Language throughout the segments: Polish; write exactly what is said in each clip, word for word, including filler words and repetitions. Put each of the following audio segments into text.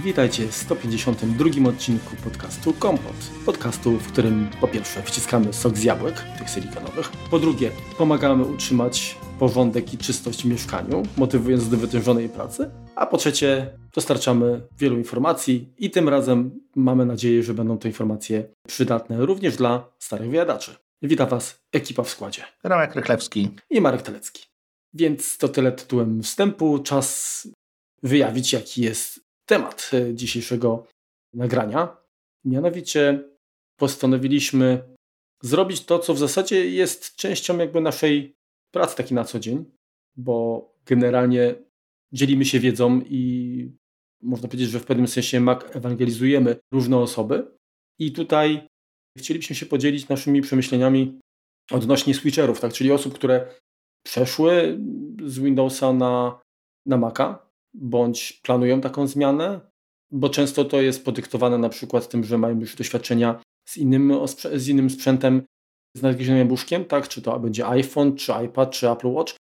Witajcie w sto pięćdziesiątym drugim odcinku podcastu Kompot. Podcastu, w którym po pierwsze wciskamy sok z jabłek, tych silikonowych, po drugie pomagamy utrzymać porządek i czystość w mieszkaniu, motywując do wytężonej pracy, a po trzecie dostarczamy wielu informacji i tym razem mamy nadzieję, że będą to informacje przydatne również dla starych wyjadaczy. Witam Was ekipa w składzie. Romek Rychlewski i Marek Telecki. Więc to tyle tytułem wstępu. Czas wyjawić, jaki jest temat dzisiejszego nagrania. Mianowicie postanowiliśmy zrobić to, co w zasadzie jest częścią jakby naszej pracy takiej na co dzień, bo generalnie dzielimy się wiedzą i można powiedzieć, że w pewnym sensie Mac ewangelizujemy różne osoby i tutaj chcielibyśmy się podzielić naszymi przemyśleniami odnośnie switcherów, tak? Czyli osób, które przeszły z Windowsa na, na Maca, bądź planują taką zmianę, bo często to jest podyktowane na przykład tym, że mają już doświadczenia z innym, z innym sprzętem, z nadgryzionym jabłuszkiem, tak? Czy to będzie iPhone, czy iPad, czy Apple Watch.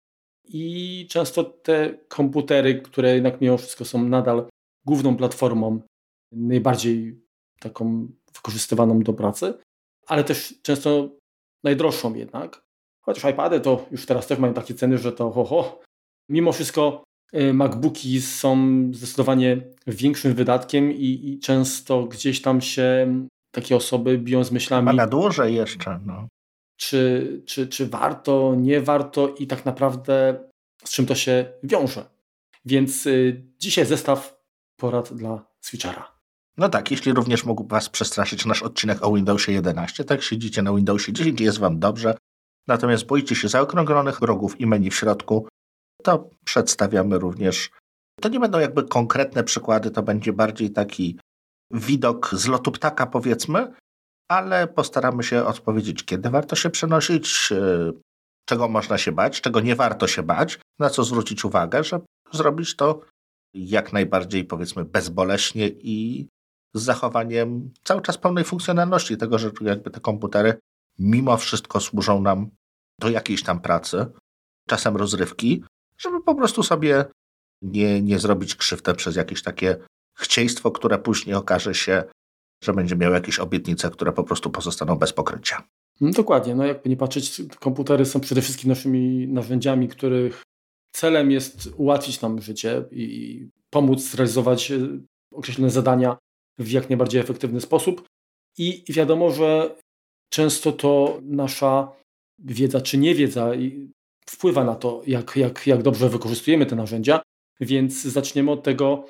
I często te komputery, które jednak mimo wszystko są nadal główną platformą, najbardziej taką wykorzystywaną do pracy, ale też często najdroższą jednak. Chociaż iPady to już teraz też mają takie ceny, że to ho, ho. Mimo wszystko MacBooki są zdecydowanie większym wydatkiem i, i często gdzieś tam się takie osoby biją z myślami. A na dłużej jeszcze, no. Czy, czy, czy warto, nie warto i tak naprawdę z czym to się wiąże. Więc y, dzisiaj zestaw porad dla switchera. No tak, jeśli również mógł Was przestraszyć nasz odcinek o Windowsie jedenaście, tak siedzicie na Windowsie dziesięć i jest Wam dobrze, natomiast boicie się zaokrąglonych rogów i menu w środku, to przedstawiamy również, to nie będą jakby konkretne przykłady, to będzie bardziej taki widok z lotu ptaka powiedzmy, ale postaramy się odpowiedzieć, kiedy warto się przenosić, czego można się bać, czego nie warto się bać, na co zwrócić uwagę, żeby zrobić to jak najbardziej powiedzmy bezboleśnie i z zachowaniem cały czas pełnej funkcjonalności tego, że jakby te komputery mimo wszystko służą nam do jakiejś tam pracy, czasem rozrywki, żeby po prostu sobie nie, nie zrobić krzywdę przez jakieś takie chcieństwo, które później okaże się, że będzie miało jakieś obietnice, które po prostu pozostaną bez pokrycia. No dokładnie, no jakby nie patrzeć, komputery są przede wszystkim naszymi narzędziami, których celem jest ułatwić nam życie i pomóc zrealizować określone zadania w jak najbardziej efektywny sposób. I wiadomo, że często to nasza wiedza czy niewiedza wpływa na to, jak, jak, jak dobrze wykorzystujemy te narzędzia, więc zaczniemy od tego,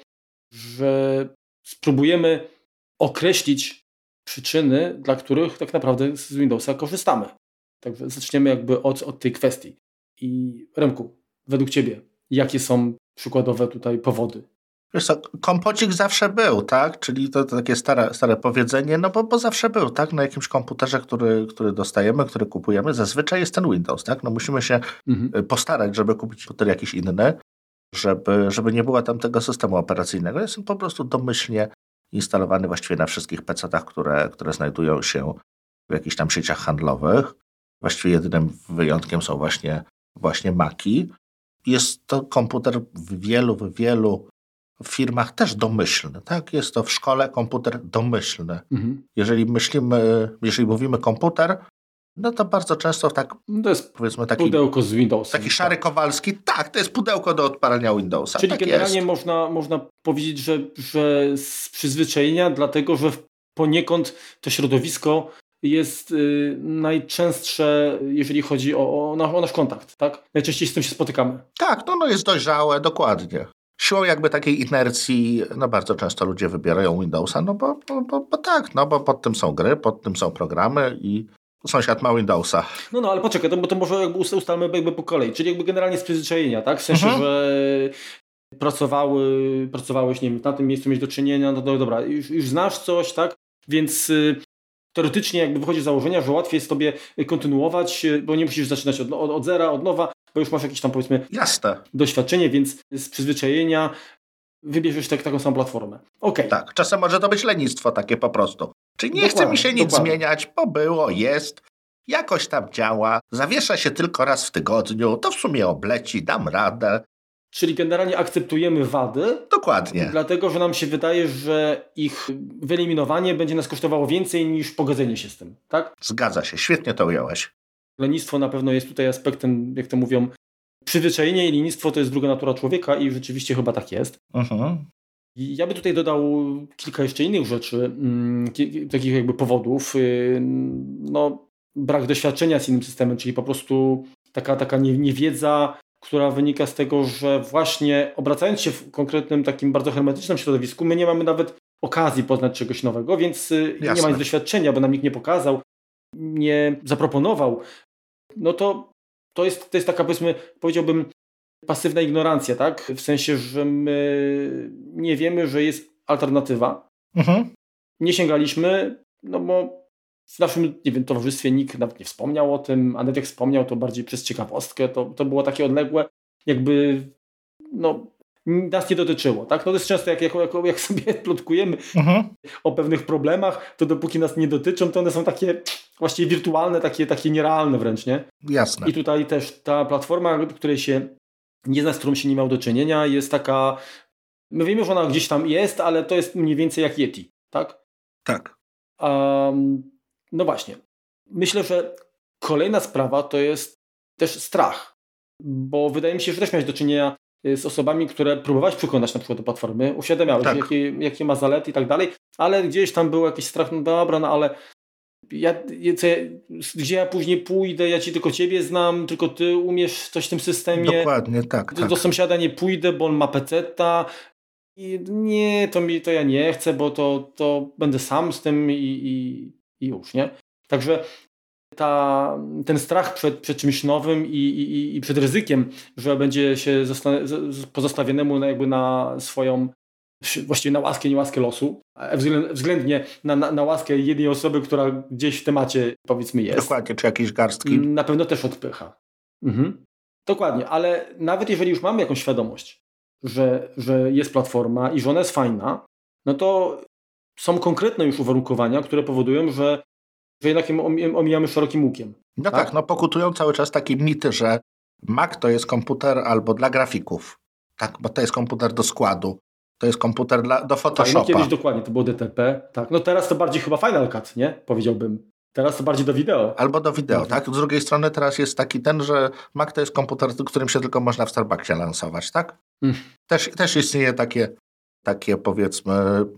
że spróbujemy określić przyczyny, dla których tak naprawdę z Windowsa korzystamy. Także zaczniemy jakby od, od tej kwestii. I Remku, według Ciebie, jakie są przykładowe tutaj powody? Wiesz co, kompocik zawsze był, tak? Czyli to, to takie stare, stare powiedzenie, no bo, bo zawsze był, tak? Na jakimś komputerze, który, który dostajemy, który kupujemy, zazwyczaj jest ten Windows, tak? No musimy się mhm. postarać, żeby kupić komputer jakiś inny, żeby, żeby nie było tam tego systemu operacyjnego. Jest on po prostu domyślnie instalowany właściwie na wszystkich pecetach, które, które znajdują się w jakichś tam sieciach handlowych. Właściwie jedynym wyjątkiem są właśnie, właśnie Maci. Jest to komputer w wielu, w wielu w firmach też domyślny, tak? Jest to w szkole komputer domyślny. Mhm. Jeżeli myślimy, jeżeli mówimy komputer, no to bardzo często tak, to jest powiedzmy taki pudełko z Windowsem. Taki szary Kowalski, tak, to jest pudełko do odpalania Windowsa. Czyli tak generalnie jest. można, można powiedzieć, że, że z przyzwyczajenia, dlatego że poniekąd to środowisko jest y, najczęstsze, jeżeli chodzi o, o, nasz, o nasz kontakt, tak? Najczęściej z tym się spotykamy. Tak, no, no jest dojrzałe, dokładnie. Siłą jakby takiej inercji, no bardzo często ludzie wybierają Windowsa, no bo, bo, bo, bo tak, no bo pod tym są gry, pod tym są programy i sąsiad ma Windowsa. No, no, ale poczekaj, to, bo to może jakby ustalmy jakby po kolei, czyli jakby generalnie z przyzwyczajenia, tak? W sensie, mhm. że pracowały, pracowałeś, nie wiem, na tym miejscu mieć do czynienia, no to dobra, już, już znasz coś, tak? Więc y, teoretycznie jakby wychodzi z założenia, że łatwiej jest tobie kontynuować, bo nie musisz zaczynać od, od, od zera, od nowa, bo już masz jakieś tam powiedzmy Jasne. doświadczenie, więc z przyzwyczajenia wybierzesz tak, taką samą platformę. Okay. Tak, czasem może to być lenistwo takie po prostu. Czyli nie dokładnie, chce mi się nic dokładnie. zmieniać, bo było, jest, jakoś tam działa, zawiesza się tylko raz w tygodniu, to w sumie obleci, dam radę. Czyli generalnie akceptujemy wady. Dokładnie. Dlatego, że nam się wydaje, że ich wyeliminowanie będzie nas kosztowało więcej niż pogodzenie się z tym, tak? Zgadza się, świetnie to ująłeś. Lenistwo na pewno jest tutaj aspektem, jak to mówią, przyzwyczajenie i lenistwo to jest druga natura człowieka i rzeczywiście chyba tak jest. Mhm. Ja bym tutaj dodał kilka jeszcze innych rzeczy, takich jakby powodów. No, brak doświadczenia z innym systemem, czyli po prostu taka, taka niewiedza, która wynika z tego, że właśnie obracając się w konkretnym takim bardzo hermetycznym środowisku, my nie mamy nawet okazji poznać czegoś nowego, więc Jasne. nie mając doświadczenia, bo nam nikt nie pokazał, nie zaproponował, no to to jest, to jest taka, powiedzmy, powiedziałbym, pasywna ignorancja, tak? W sensie, że my nie wiemy, że jest alternatywa. Mhm. Nie sięgaliśmy, no bo w naszym, nie wiem, towarzystwie nikt nawet nie wspomniał o tym, a nawet jak wspomniał, to bardziej przez ciekawostkę. To, to było takie odległe, jakby no, nas nie dotyczyło, tak? No to jest często, jak, jak, jak sobie plotkujemy mhm. o pewnych problemach, to dopóki nas nie dotyczą, to one są takie właściwie wirtualne, takie, takie nierealne wręcz, nie? Jasne. I tutaj też ta platforma, której się nie zna, z którą się nie miał do czynienia, jest taka, my wiemy, że ona gdzieś tam jest, ale to jest mniej więcej jak Yeti, tak? Tak. Um, no właśnie. Myślę, że kolejna sprawa to jest też strach, bo wydaje mi się, że też miałeś do czynienia z osobami, które próbowałeś przekonać na przykład do platformy, uświadamiałeś, tak. jakie, jakie ma zalety i tak dalej, ale gdzieś tam był jakiś strach, no dobra, no ale ja, co ja, gdzie ja później pójdę, ja ci tylko ciebie znam, tylko ty umiesz coś w tym systemie. Dokładnie, tak. Do, tak. do sąsiada nie pójdę, bo on ma peceta. I nie, to mi to ja nie chcę, bo to, to będę sam z tym i, i, i już, nie? Także ta, ten strach przed, przed czymś nowym i, i, i przed ryzykiem, że będzie się zosta- pozostawionemu na, jakby na swoją, właściwie na łaskę, niełaskę losu, względnie na, na, na łaskę jednej osoby, która gdzieś w temacie, powiedzmy, jest. Dokładnie, czy jakieś garstki. Na pewno też odpycha. Mhm. Dokładnie, ale nawet jeżeli już mamy jakąś świadomość, że, że jest platforma i że ona jest fajna, no to są konkretne już uwarunkowania, które powodują, że, że jednak ją omijamy szerokim łukiem. No tak? tak, no pokutują cały czas takie mity, że Mac to jest komputer albo dla grafików, tak, bo to jest komputer do składu, to jest komputer dla, do Photoshopa. Tak, no kiedyś dokładnie, to było D T P, tak, no teraz to bardziej chyba Final Cut, nie? Powiedziałbym. Teraz to bardziej do wideo. Albo do wideo, mhm. tak? Z drugiej strony teraz jest taki ten, że Mac to jest komputer, którym się tylko można w Starbucksie lansować, tak? Mhm. Też, też istnieje takie, takie powiedzmy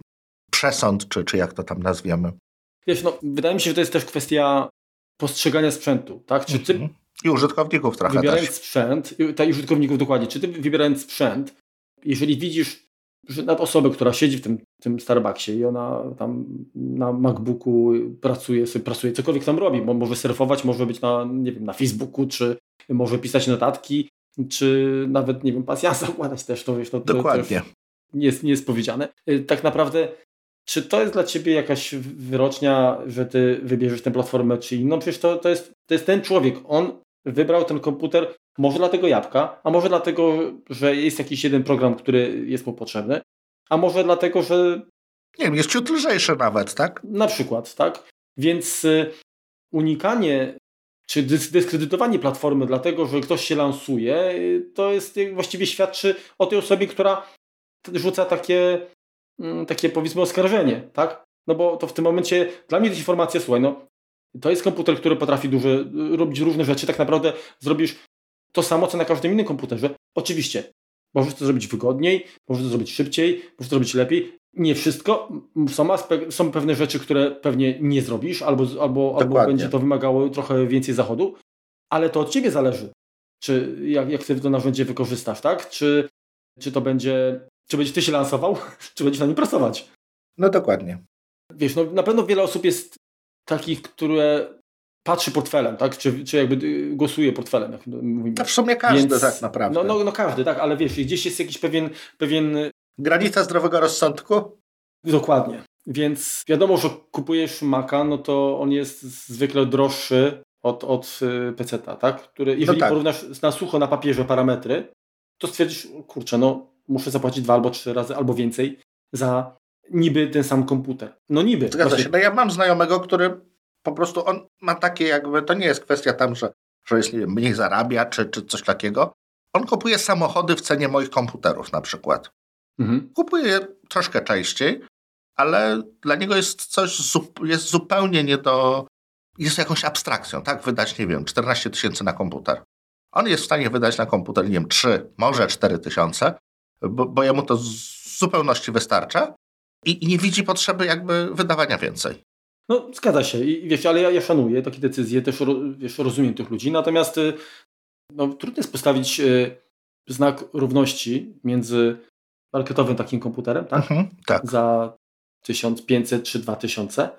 przesąd, czy, czy jak to tam nazwiemy. Wiesz, no wydaje mi się, że to jest też kwestia postrzegania sprzętu, tak? Czy ty mhm. I użytkowników trochę wybierając też. sprzęt, i użytkowników dokładnie, czy ty wybierając sprzęt, jeżeli widzisz, że nawet osobę, która siedzi w tym, tym Starbucksie i ona tam na MacBooku pracuje, sobie pracuje, cokolwiek tam robi, bo może surfować, może być na, nie wiem, na Facebooku, czy może pisać notatki, czy nawet, nie wiem, pasjansa układać też, to wiesz, to, to dokładnie. Też nie jest, nie jest powiedziane. Tak naprawdę, czy to jest dla ciebie jakaś wyrocznia, że ty wybierzesz tę platformę, czy inną? Przecież to, to, jest, to jest ten człowiek, on wybrał ten komputer, może dlatego jabłka, a może dlatego, że jest jakiś jeden program, który jest mu potrzebny, a może dlatego, że... Nie wiem, jest ciut lżejszy nawet, tak? Na przykład, tak? Więc y, unikanie czy dys- dyskredytowanie platformy dlatego, że ktoś się lansuje, y, to jest y, właściwie świadczy o tej osobie, która rzuca takie, y, takie powiedzmy oskarżenie, tak? No bo to w tym momencie dla mnie to jest informacja, słuchaj, no to jest komputer, który potrafi duże, robić różne rzeczy. Tak naprawdę zrobisz to samo, co na każdym innym komputerze. Oczywiście, możesz to zrobić wygodniej, możesz to zrobić szybciej, możesz to zrobić lepiej. Nie wszystko. Są, aspe- są pewne rzeczy, które pewnie nie zrobisz, albo, albo, albo będzie to wymagało trochę więcej zachodu, ale to od ciebie zależy, czy jak, jak ty to narzędzie wykorzystasz, tak? Czy, czy to będzie, czy będziesz ty się lansował, czy będziesz na nim pracować. No dokładnie. Wiesz, no, na pewno wiele osób jest takich, które patrzy portfelem, tak? Czy, czy jakby głosuje portfelem, jak mówimy. To w sumie każdy Więc, tak naprawdę. No, no, no każdy, tak, ale wiesz, gdzieś jest jakiś pewien... pewien granica zdrowego rozsądku? Dokładnie. Więc wiadomo, że kupujesz Maca, no to on jest zwykle droższy od, od peceta, tak? Który, jeżeli no tak. porównasz na sucho na papierze parametry, to stwierdzisz, kurczę, no muszę zapłacić dwa albo trzy razy, albo więcej za niby ten sam komputer. No niby. Zgadza Właśnie. się. No ja mam znajomego, który po prostu on ma takie jakby, to nie jest kwestia tam, że, że jest, nie wiem, mniej zarabia, czy, czy coś takiego, On kupuje samochody w cenie moich komputerów na przykład. Mhm. Kupuje je troszkę częściej, ale dla niego jest coś jest zupełnie nie do... Jest jakąś abstrakcją, tak? Wydać, nie wiem, czternaście tysięcy na komputer. On jest w stanie wydać na komputer, nie wiem, trzy, może cztery tysiące, bo, bo jemu to w zupełności wystarcza i, i nie widzi potrzeby jakby wydawania więcej. No, zgadza się. I wiesz, ale ja, ja szanuję takie decyzje, też wiesz, rozumiem tych ludzi, natomiast no, trudno jest postawić y, znak równości między marketowym takim komputerem, tak? Mhm, tak. Za tysiąc pięćset czy dwa tysiące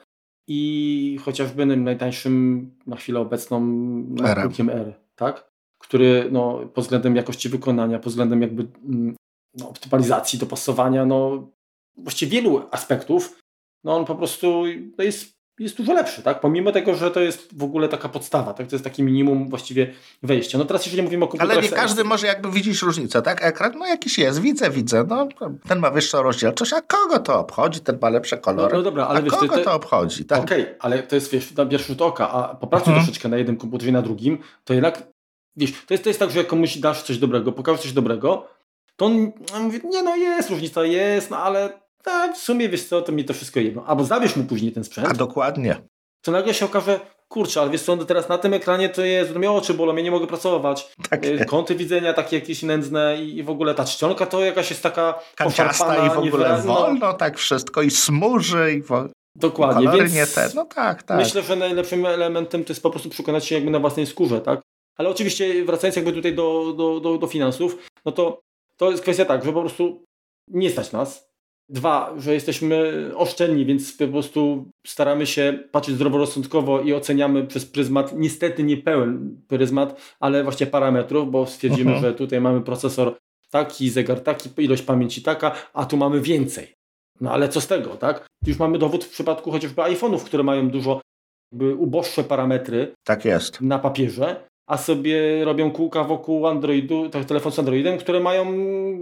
i chociażby najtańszym na chwilę obecną MacBookiem Air, tak? Który no, pod względem jakości wykonania, pod względem jakby no, optymalizacji, dopasowania, no właściwie wielu aspektów, no on po prostu no, jest, jest dużo lepszy, tak? Pomimo tego, że to jest w ogóle taka podstawa, tak? To jest taki minimum właściwie wejścia. No teraz jeżeli mówimy o komputerach... Ale nie każdy może jakby widzieć różnicę, tak? Ekran, no jakiś jest, widzę, widzę, no ten ma wyższą rozdzielczość, a kogo to obchodzi? Ten ma lepsze kolory. No, no dobra, ale a wiesz, kogo to, to obchodzi, tak? Okej, okay, ale to jest, wiesz, na pierwszy rzut oka, a popracuj hmm. troszeczkę na jednym komputerze i na drugim, to jednak, wiesz, to jest, to jest tak, że jak komuś dasz coś dobrego, pokażesz coś dobrego, to on, on mówi, nie no jest różnica, jest, no ale no, w sumie wiesz co, to mi to wszystko jedno. Albo zabierz mu później ten sprzęt. A dokładnie. To nagle się okaże, kurczę, ale wiesz co, teraz na tym ekranie to jest, to mnie oczy bolą, ja nie mogę pracować. Tak. Kąty widzenia takie jakieś nędzne i, i w ogóle ta czcionka to jakaś jest taka kanciasta i w ogóle wolno, tak wszystko i smuży i wo... Dokładnie, kolory więc nie te. No tak, tak. Myślę, że najlepszym elementem to jest po prostu przekonać się jakby na własnej skórze, tak? Ale oczywiście wracając jakby tutaj do, do, do, do finansów, no to to jest kwestia tak, że po prostu nie stać nas. Dwa, że jesteśmy oszczędni, więc po prostu staramy się patrzeć zdroworozsądkowo i oceniamy przez pryzmat, niestety nie pełen pryzmat, ale właśnie parametrów, bo stwierdzimy, uh-huh. że tutaj mamy procesor taki, zegar taki, ilość pamięci taka, a tu mamy więcej. No ale co z tego, tak? Już mamy dowód w przypadku chociażby iPhone'ów, które mają dużo jakby uboższe parametry tak jest. Na papierze, a sobie robią kółka wokół Androidu, tak, telefon z Androidem, które mają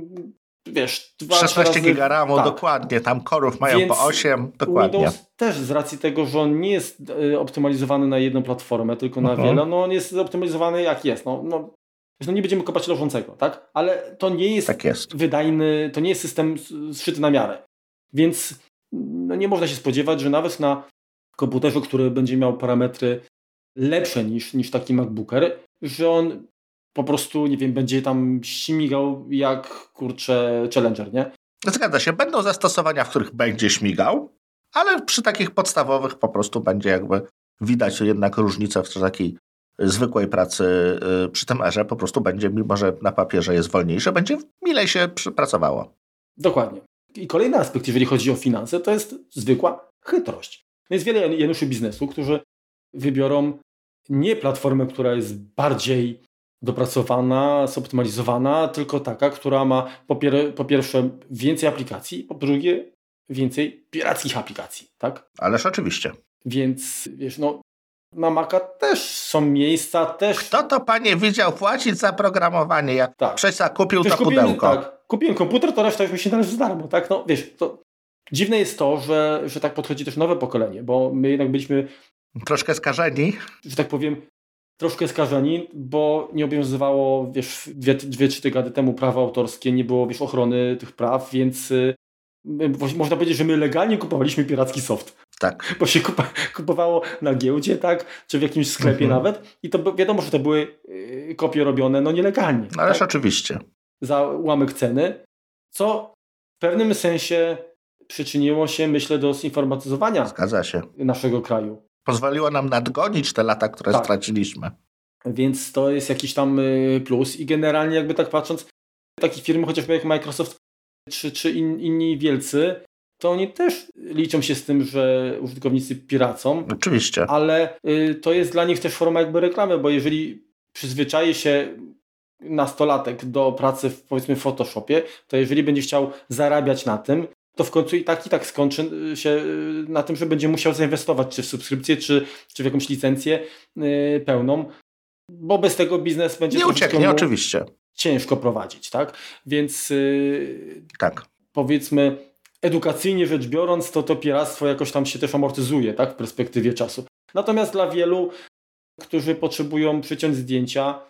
wiesz, szesnaście giga ramu, tak. Dokładnie, tam korów mają więc po osiem, dokładnie. Windows też z racji tego, że on nie jest optymalizowany na jedną platformę, tylko na uh-huh. wiele, no on jest optymalizowany jak jest, no, no, no nie będziemy kopać leżącego, tak? Ale to nie jest, tak jest wydajny, to nie jest system zszyty na miarę, więc no nie można się spodziewać, że nawet na komputerze, który będzie miał parametry lepsze niż, niż taki MacBooker, że on po prostu, nie wiem, będzie tam śmigał jak, kurczę, Challenger, nie? Zgadza się. Będą zastosowania, w których będzie śmigał, ale przy takich podstawowych po prostu będzie jakby widać jednak różnicę w takiej zwykłej pracy przy tym erze po prostu będzie, mimo że na papierze jest wolniejsze, będzie milej się pracowało. Dokładnie. I kolejny aspekt, jeżeli chodzi o finanse, to jest zwykła chytrość. Jest wiele Januszy biznesu, którzy wybiorą nie platformę, która jest bardziej dopracowana, zoptymalizowana, tylko taka, która ma po, pier- po pierwsze więcej aplikacji, po drugie więcej pirackich aplikacji, tak? Ależ oczywiście. Więc wiesz, no na Maca też są miejsca, też... Kto to, panie, widział płacić za programowanie? Ja tak. Przecież kupił Przecież to kupiłem, pudełko. Tak, kupiłem komputer, to reszta już mi się należy za darmo, tak? No wiesz, to dziwne jest to, że, że tak podchodzi też nowe pokolenie, bo my jednak byliśmy... Troszkę skażeni. Że tak powiem, troszkę skażeni, bo nie obowiązywało, wiesz, dwie, dwie trzy tygodnie temu prawo autorskie, nie było, wiesz, ochrony tych praw, więc y, można powiedzieć, że my legalnie kupowaliśmy piracki soft. Tak. Bo się kupa, kupowało na giełdzie, tak, czy w jakimś sklepie mhm. nawet i to wiadomo, że to były y, kopie robione, no nielegalnie. Ależ tak? oczywiście. Za ułamek ceny, co w pewnym sensie przyczyniło się, myślę, do zinformatyzowania Zgadza się. naszego kraju. Pozwoliło nam nadgonić te lata, które tak. straciliśmy. Więc to jest jakiś tam plus i generalnie jakby tak patrząc, takie firmy chociażby jak Microsoft czy, czy in, inni wielcy, to oni też liczą się z tym, że użytkownicy piracą. Oczywiście. Ale y, to jest dla nich też forma jakby reklamy, bo jeżeli przyzwyczai się nastolatek do pracy w, powiedzmy w Photoshopie, to jeżeli będzie chciał zarabiać na tym, to w końcu i tak i tak skończy się na tym, że będzie musiał zainwestować czy w subskrypcję, czy, czy w jakąś licencję yy, pełną, bo bez tego biznes będzie nie ucieknie, oczywiście. ciężko prowadzić, tak? Więc yy, tak. powiedzmy edukacyjnie rzecz biorąc, to to piractwo jakoś tam się też amortyzuje, tak? W perspektywie czasu. Natomiast dla wielu, którzy potrzebują przyciąć zdjęcia,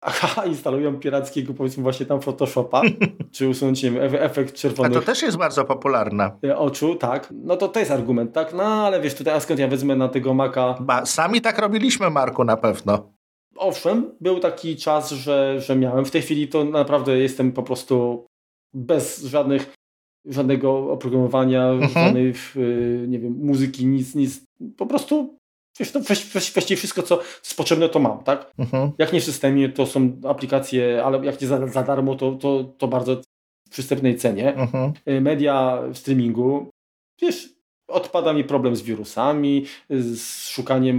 aha, instalują pirackiego, powiedzmy właśnie tam Photoshopa, czy usunąć, nie wiem, efekt czerwonych... A to też jest bardzo popularne. ...oczu, tak. No to to jest argument, tak? No ale wiesz, tutaj, a skąd ja wezmę na tego Maca... Ba, sami tak robiliśmy, Marku, na pewno. Owszem, był taki czas, że, że miałem. W tej chwili to naprawdę jestem po prostu bez żadnych, żadnego oprogramowania, mhm. żadnej, nie wiem, muzyki, nic, nic. Po prostu wiesz, to właściwie wszystko, co jest potrzebne, to mam, tak? Mhm. Jak nie w systemie, to są aplikacje, ale jak nie za, za darmo, to, to, to bardzo w przystępnej cenie. Mhm. Media w streamingu, wiesz, odpada mi problem z wirusami, z szukaniem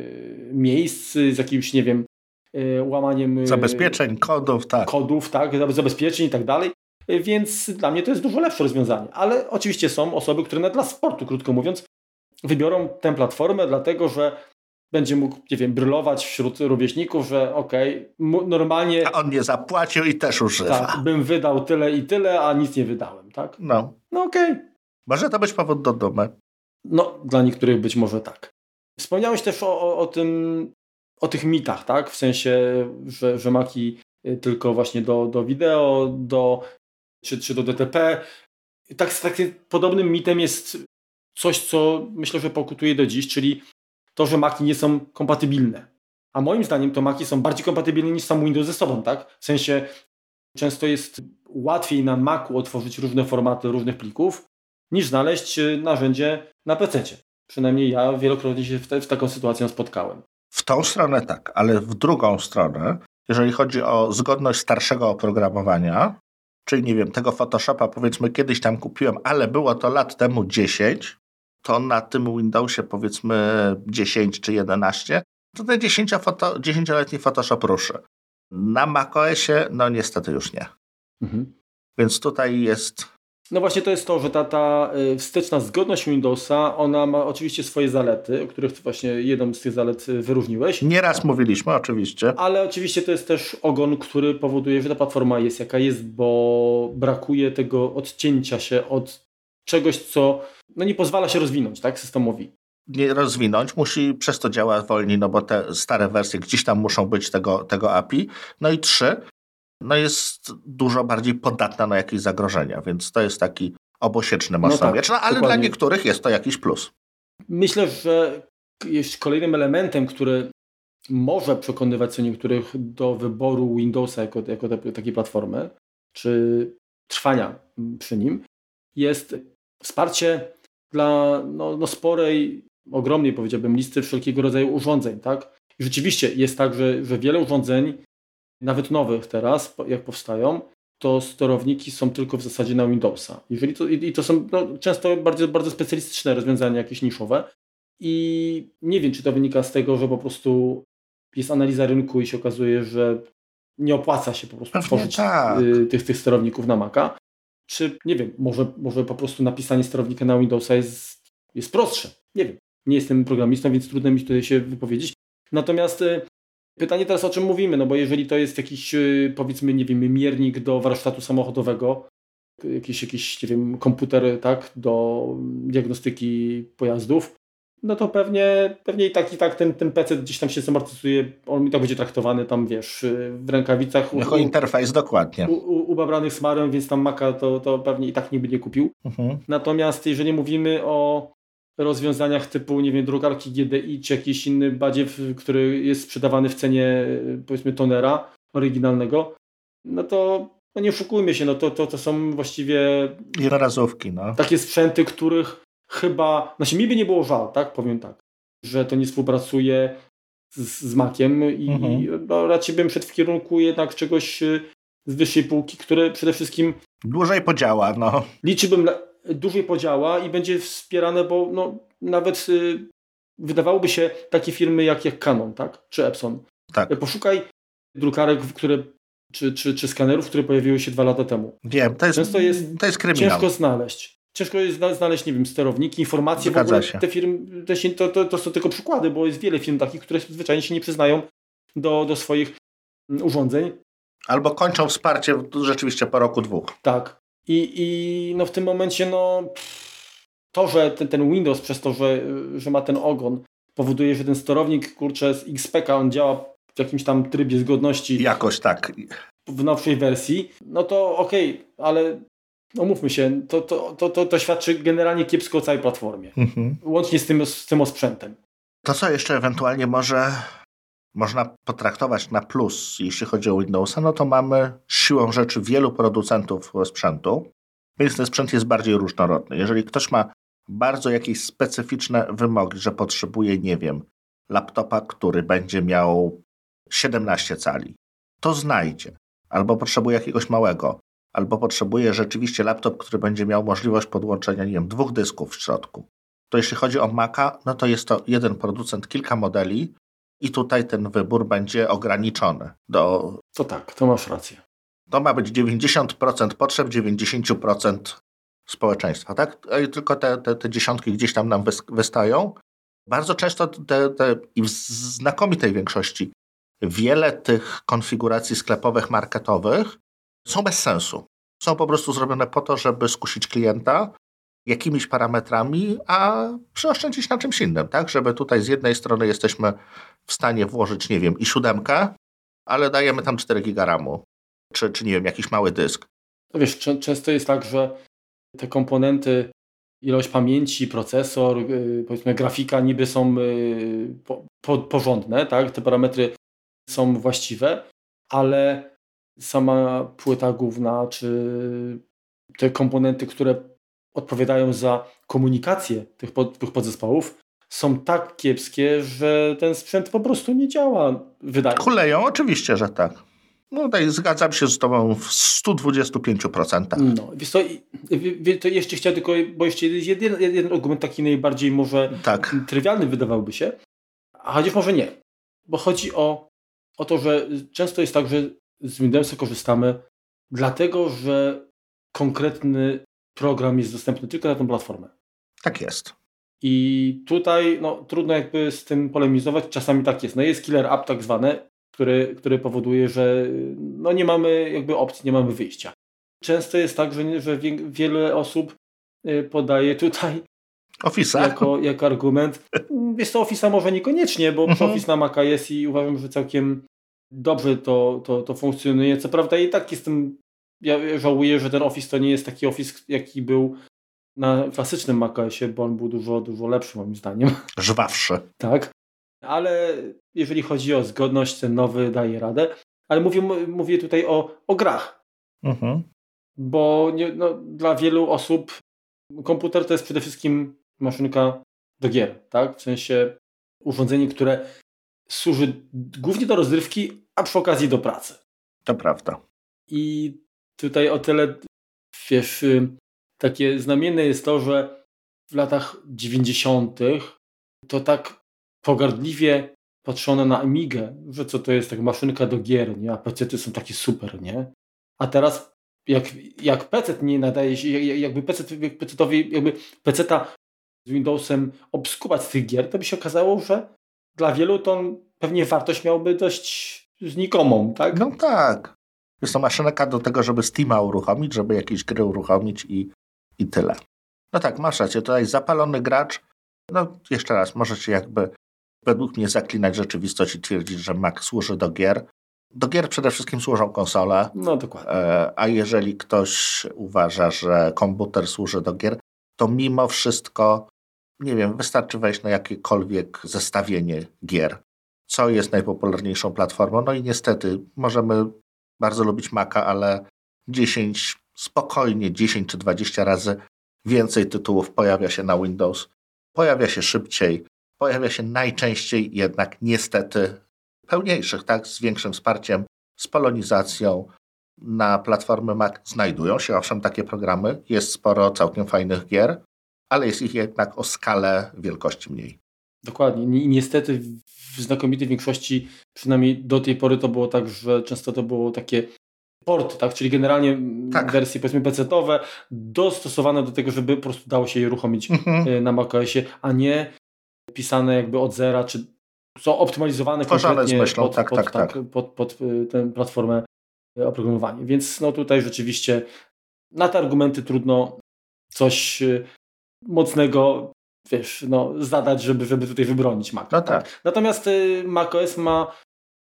miejsc, z jakimś, nie wiem, łamaniem... Zabezpieczeń, kodów, tak. Kodów, tak, zabezpieczeń i tak dalej. Więc dla mnie to jest dużo lepsze rozwiązanie. Ale oczywiście są osoby, które dla sportu, krótko mówiąc, wybiorą tę platformę, dlatego że będzie mógł, nie wiem, brylować wśród rówieśników, że okej, okay, normalnie... A on nie zapłacił i też używa. Tak, bym wydał tyle i tyle, a nic nie wydałem, tak? No. No okej. Okay. Może to być powód do dumy. No, dla niektórych być może tak. Wspomniałeś też o, o, o tym, o tych mitach, tak? W sensie, że, że Maki tylko właśnie do, do wideo, do, czy, czy do D T P. Tak, z takim podobnym mitem jest coś, co myślę, że pokutuje do dziś, czyli to, że Maki nie są kompatybilne. A moim zdaniem to Maki są bardziej kompatybilne niż sam Windows ze sobą, tak? W sensie często jest łatwiej na Macu otworzyć różne formaty różnych plików, niż znaleźć narzędzie na pececie. Przynajmniej ja wielokrotnie się w, te, w taką sytuację spotkałem. W tą stronę tak, ale w drugą stronę, jeżeli chodzi o zgodność starszego oprogramowania, czyli nie wiem, tego Photoshopa powiedzmy kiedyś tam kupiłem, ale było to lat temu dziesięć, to na tym Windowsie powiedzmy dziesięć czy jedenaście, to ten dziesięcioletni Photoshop ruszy. Na macOSie no niestety już nie. Mhm. Więc tutaj jest... No właśnie to jest to, że ta, ta wsteczna zgodność Windowsa, ona ma oczywiście swoje zalety, o których właśnie jedną z tych zalet wyróżniłeś. Nieraz mówiliśmy, oczywiście. Ale oczywiście to jest też ogon, który powoduje, że ta platforma jest jaka jest, bo brakuje tego odcięcia się od czegoś, co no nie pozwala się rozwinąć, tak, systemowi. Nie rozwinąć, musi, przez to działa wolniej, no bo te stare wersje gdzieś tam muszą być tego, tego A P I. No i trzy, no jest dużo bardziej podatna na jakieś zagrożenia, więc to jest taki obosieczny mocno-miecz, no, tak, no ale dokładnie. Dla niektórych jest to jakiś plus. Myślę, że jest kolejnym elementem, który może przekonywać co niektórych do wyboru Windowsa jako, jako takiej platformy, czy trwania przy nim, jest wsparcie dla no, no sporej, ogromnej powiedziałbym listy wszelkiego rodzaju urządzeń. Tak? I rzeczywiście jest tak, że, że wiele urządzeń, nawet nowych teraz, jak powstają, to sterowniki są tylko w zasadzie na Windowsa. Jeżeli to, i, i to są no, często bardzo, bardzo specjalistyczne rozwiązania, jakieś niszowe. I nie wiem, czy to wynika z tego, że po prostu jest analiza rynku i się okazuje, że nie opłaca się po prostu Pewnie tworzyć tak. y, tych, tych sterowników na Maca. Czy, nie wiem, może, może po prostu napisanie sterownika na Windowsa jest, jest prostsze. Nie wiem. Nie jestem programistą, więc trudno mi tutaj się wypowiedzieć. Natomiast y, pytanie teraz, o czym mówimy, no bo jeżeli to jest jakiś, y, powiedzmy, nie wiem, miernik do warsztatu samochodowego, jakiś, jakiś nie wiem, komputer, tak, do diagnostyki pojazdów, no to pewnie, pewnie i tak i tak ten, ten P C gdzieś tam się zamortyzuje, on i tak będzie traktowany tam, wiesz, w rękawicach. Jako u, interfejs, dokładnie. U, u, ubabranych smarem, więc tam Maca to, to pewnie i tak nikt by nie kupił. Mhm. Natomiast jeżeli mówimy o rozwiązaniach typu, nie wiem, drukarki G D I, czy jakiś inny badziew, który jest sprzedawany w cenie, powiedzmy, tonera oryginalnego, no to no nie oszukujmy się, no to, to, to są właściwie jednorazówki, no. Takie sprzęty, których chyba, znaczy mi by nie było żal, tak, powiem tak, że to nie współpracuje z, z Maciem i mhm. no, raczej bym szedł w kierunku jednak czegoś z wyższej półki, które przede wszystkim dłużej podziała, no. Liczyłbym dłużej podziała i będzie wspierane, bo no, nawet y, wydawałoby się takie firmy jak, jak Canon, tak, czy Epson. Tak. Poszukaj drukarek, które, czy, czy, czy skanerów, które pojawiły się dwa lata temu. Wiem, to jest, Często jest, to jest kryminał. Ciężko znaleźć. Ciężko jest znaleźć, nie wiem, sterowniki, informacje. Zgadza w ogóle się. Te firmy, te się, to, to, to są tylko przykłady, bo jest wiele firm takich, które zwyczajnie się nie przyznają do, do swoich urządzeń. Albo kończą wsparcie rzeczywiście po roku, dwóch. Tak. I, i no w tym momencie no to, że ten, ten Windows przez to, że, że ma ten ogon, powoduje, że ten sterownik, kurczę, z X P K on działa w jakimś tam trybie zgodności. Jakoś tak. W nowszej wersji, no to okej, okay, ale no mówmy się, to, to, to, to, to świadczy generalnie kiepsko o całej platformie. Mhm. Łącznie z tym, z tym osprzętem. To co jeszcze ewentualnie może można potraktować na plus, jeśli chodzi o Windowsa, no to mamy siłą rzeczy wielu producentów sprzętu, więc ten sprzęt jest bardziej różnorodny. Jeżeli ktoś ma bardzo jakieś specyficzne wymogi, że potrzebuje, nie wiem, laptopa, który będzie miał siedemnaście cali, to znajdzie. Albo potrzebuje jakiegoś małego, albo potrzebuje rzeczywiście laptop, który będzie miał możliwość podłączenia, nie wiem, dwóch dysków w środku. To jeśli chodzi o Maca, no to jest to jeden producent, kilka modeli i tutaj ten wybór będzie ograniczony do... To tak, to masz rację. To ma być dziewięćdziesiąt procent potrzeb, dziewięćdziesiąt procent społeczeństwa, tak? I tylko te, te, te dziesiątki gdzieś tam nam wystają. Bardzo często te, te, i w znakomitej większości wiele tych konfiguracji sklepowych, marketowych są bez sensu. Są po prostu zrobione po to, żeby skusić klienta jakimiś parametrami, a przeoszczędzić na czymś innym, tak? Żeby tutaj z jednej strony jesteśmy w stanie włożyć, nie wiem, i siódemkę, ale dajemy tam cztery giga ramu, czy, czy nie wiem, jakiś mały dysk. No wiesz, cze- często jest tak, że te komponenty, ilość pamięci, procesor, yy, powiedzmy grafika niby są yy, po, po, porządne, tak? Te parametry są właściwe, ale sama płyta główna, czy te komponenty, które odpowiadają za komunikację tych, pod, tych podzespołów, są tak kiepskie, że ten sprzęt po prostu nie działa. Wydaje. Kuleją, oczywiście, że tak. No tutaj zgadzam się z tobą w sto dwadzieścia pięć procent. No, wiesz co, to jeszcze chciałem tylko, bo jeszcze jeden, jeden argument taki najbardziej może tak. trywialny wydawałby się, a chociaż może nie. Bo chodzi o, o to, że często jest tak, że z Windowsa korzystamy dlatego, że konkretny program jest dostępny tylko na tę platformę. Tak jest. I tutaj no, trudno jakby z tym polemizować. Czasami tak jest. No jest killer app tak zwane, który, który powoduje, że no, nie mamy jakby opcji, nie mamy wyjścia. Często jest tak, że, że wie, wiele osób podaje tutaj Office'a jako, jako argument. Jest to Office'a może niekoniecznie, bo mhm. Office na Maca jest i uważam, że całkiem dobrze to, to, to funkcjonuje. Co prawda i tak jestem, ja żałuję, że ten Office to nie jest taki Office, jaki był na klasycznym macOSie, bo on był dużo, dużo lepszy moim zdaniem. Żwawszy. Tak, ale jeżeli chodzi o zgodność, ten nowy daje radę. Ale mówię, mówię tutaj o, o grach. Mhm. Bo nie, no, dla wielu osób komputer to jest przede wszystkim maszynka do gier, tak? W sensie urządzenie, które służy głównie do rozrywki, a przy okazji do pracy. To prawda. I tutaj o tyle, wiesz, takie znamienne jest to, że w latach dziewięćdziesiątych to tak pogardliwie patrzono na Amigę, że co to jest tak maszynka do gier, nie? A pecety są takie super, nie? A teraz jak, jak pecet nie nadaje się, jakby pecet, pecetowi, jakby peceta z Windowsem obskubać z tych gier, to by się okazało, że dla wielu to pewnie wartość miałby dość znikomą, tak? No tak. Jest to maszynka do tego, żeby Steama uruchomić, żeby jakieś gry uruchomić i, i tyle. No tak, masz rację. Tutaj zapalony gracz, no jeszcze raz, możecie jakby według mnie zaklinać rzeczywistość i twierdzić, że Mac służy do gier. Do gier przede wszystkim służą konsole. No dokładnie. A jeżeli ktoś uważa, że komputer służy do gier, to mimo wszystko, nie wiem, wystarczy wejść na jakiekolwiek zestawienie gier. Co jest najpopularniejszą platformą? No i niestety możemy bardzo lubić Maca, ale dziesięć, spokojnie dziesięć czy dwadzieścia razy więcej tytułów pojawia się na Windows. Pojawia się szybciej, pojawia się najczęściej jednak niestety pełniejszych, tak, z większym wsparciem, z polonizacją. Na platformy Mac znajdują się owszem takie programy, jest sporo całkiem fajnych gier, ale jest ich jednak o skalę wielkości mniej. Dokładnie. I niestety w znakomitej większości, przynajmniej do tej pory to było tak, że często to było takie porty, tak? Czyli generalnie tak. wersje powiedzmy pecetowe dostosowane do tego, żeby po prostu dało się je uruchomić mhm. na macOSie, a nie pisane jakby od zera, czy są optymalizowane kompletnie z myślą. pod, tak, pod, tak, tak. tak, pod, pod tę platformę oprogramowania. Więc no tutaj rzeczywiście na te argumenty trudno coś mocnego wiesz, no, zadać, żeby, żeby tutaj wybronić Mac. No tak. Natomiast macOS ma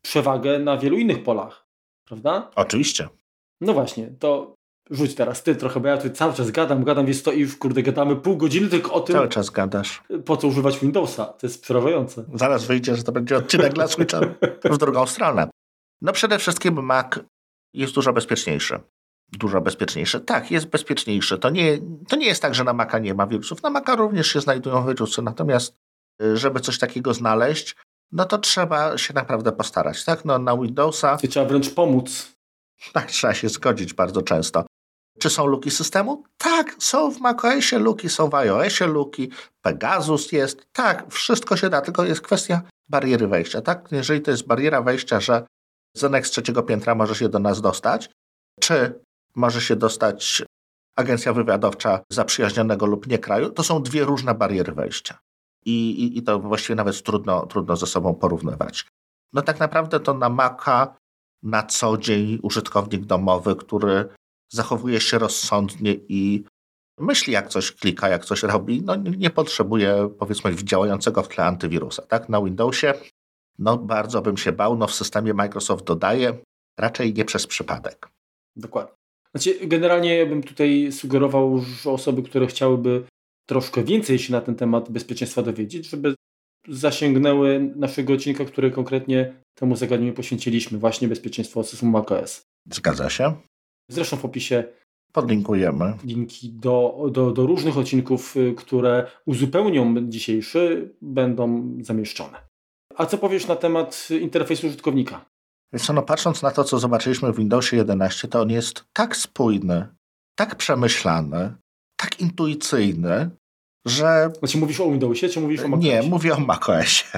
przewagę na wielu innych polach, prawda? Oczywiście. No właśnie, to rzuć teraz ty trochę, bo ja tu cały czas gadam, gadam, więc to i już, kurde, gadamy pół godziny tylko o tym, Cały czas gadasz. Po co używać Windowsa. To jest przerażające. Zaraz wyjdzie, że to będzie odcinek dla Switcha w drugą stronę. No przede wszystkim Mac jest dużo bezpieczniejszy. Dużo bezpieczniejszy. Tak, jest bezpieczniejszy. To nie, to nie jest tak, że na Maca nie ma wirusów. Na Maca również się znajdują wirusy. Natomiast żeby coś takiego znaleźć, no to trzeba się naprawdę postarać. Tak? No, na Windowsa... I trzeba wręcz pomóc. Tak, trzeba się zgodzić bardzo często. Czy są luki systemu? Tak, są w macOSie luki, są w iOSie luki, Pegasus jest. Tak, wszystko się da, tylko jest kwestia bariery wejścia. Tak? Jeżeli to jest bariera wejścia, że Zenek z trzeciego piętra może się do nas dostać, czy może się dostać agencja wywiadowcza zaprzyjaźnionego lub nie kraju, to są dwie różne bariery wejścia. I, i, i to właściwie nawet trudno, trudno ze sobą porównywać. No tak naprawdę to na Maca na co dzień użytkownik domowy, który zachowuje się rozsądnie i myśli, jak coś klika, jak coś robi, no nie potrzebuje, powiedzmy, działającego w tle antywirusa. Tak? Na Windowsie no bardzo bym się bał, no w systemie Microsoft dodaje, raczej nie przez przypadek. Dokładnie. Znaczy, generalnie ja bym tutaj sugerował, że osoby, które chciałyby troszkę więcej się na ten temat bezpieczeństwa dowiedzieć, żeby zasięgnęły naszego odcinka, który konkretnie temu zagadnieniu poświęciliśmy, właśnie bezpieczeństwo systemu macOS. Zgadza się. Zresztą w opisie podlinkujemy linki do, do, do różnych odcinków, które uzupełnią dzisiejszy, będą zamieszczone. A co powiesz na temat interfejsu użytkownika? Wiesz co, no patrząc na to, co zobaczyliśmy w Windowsie jedenaście, to on jest tak spójny, tak przemyślany, tak intuicyjny, że... Znaczy mówisz o Windowsie, czy mówisz o macOSie? Nie, mówię o macOSie.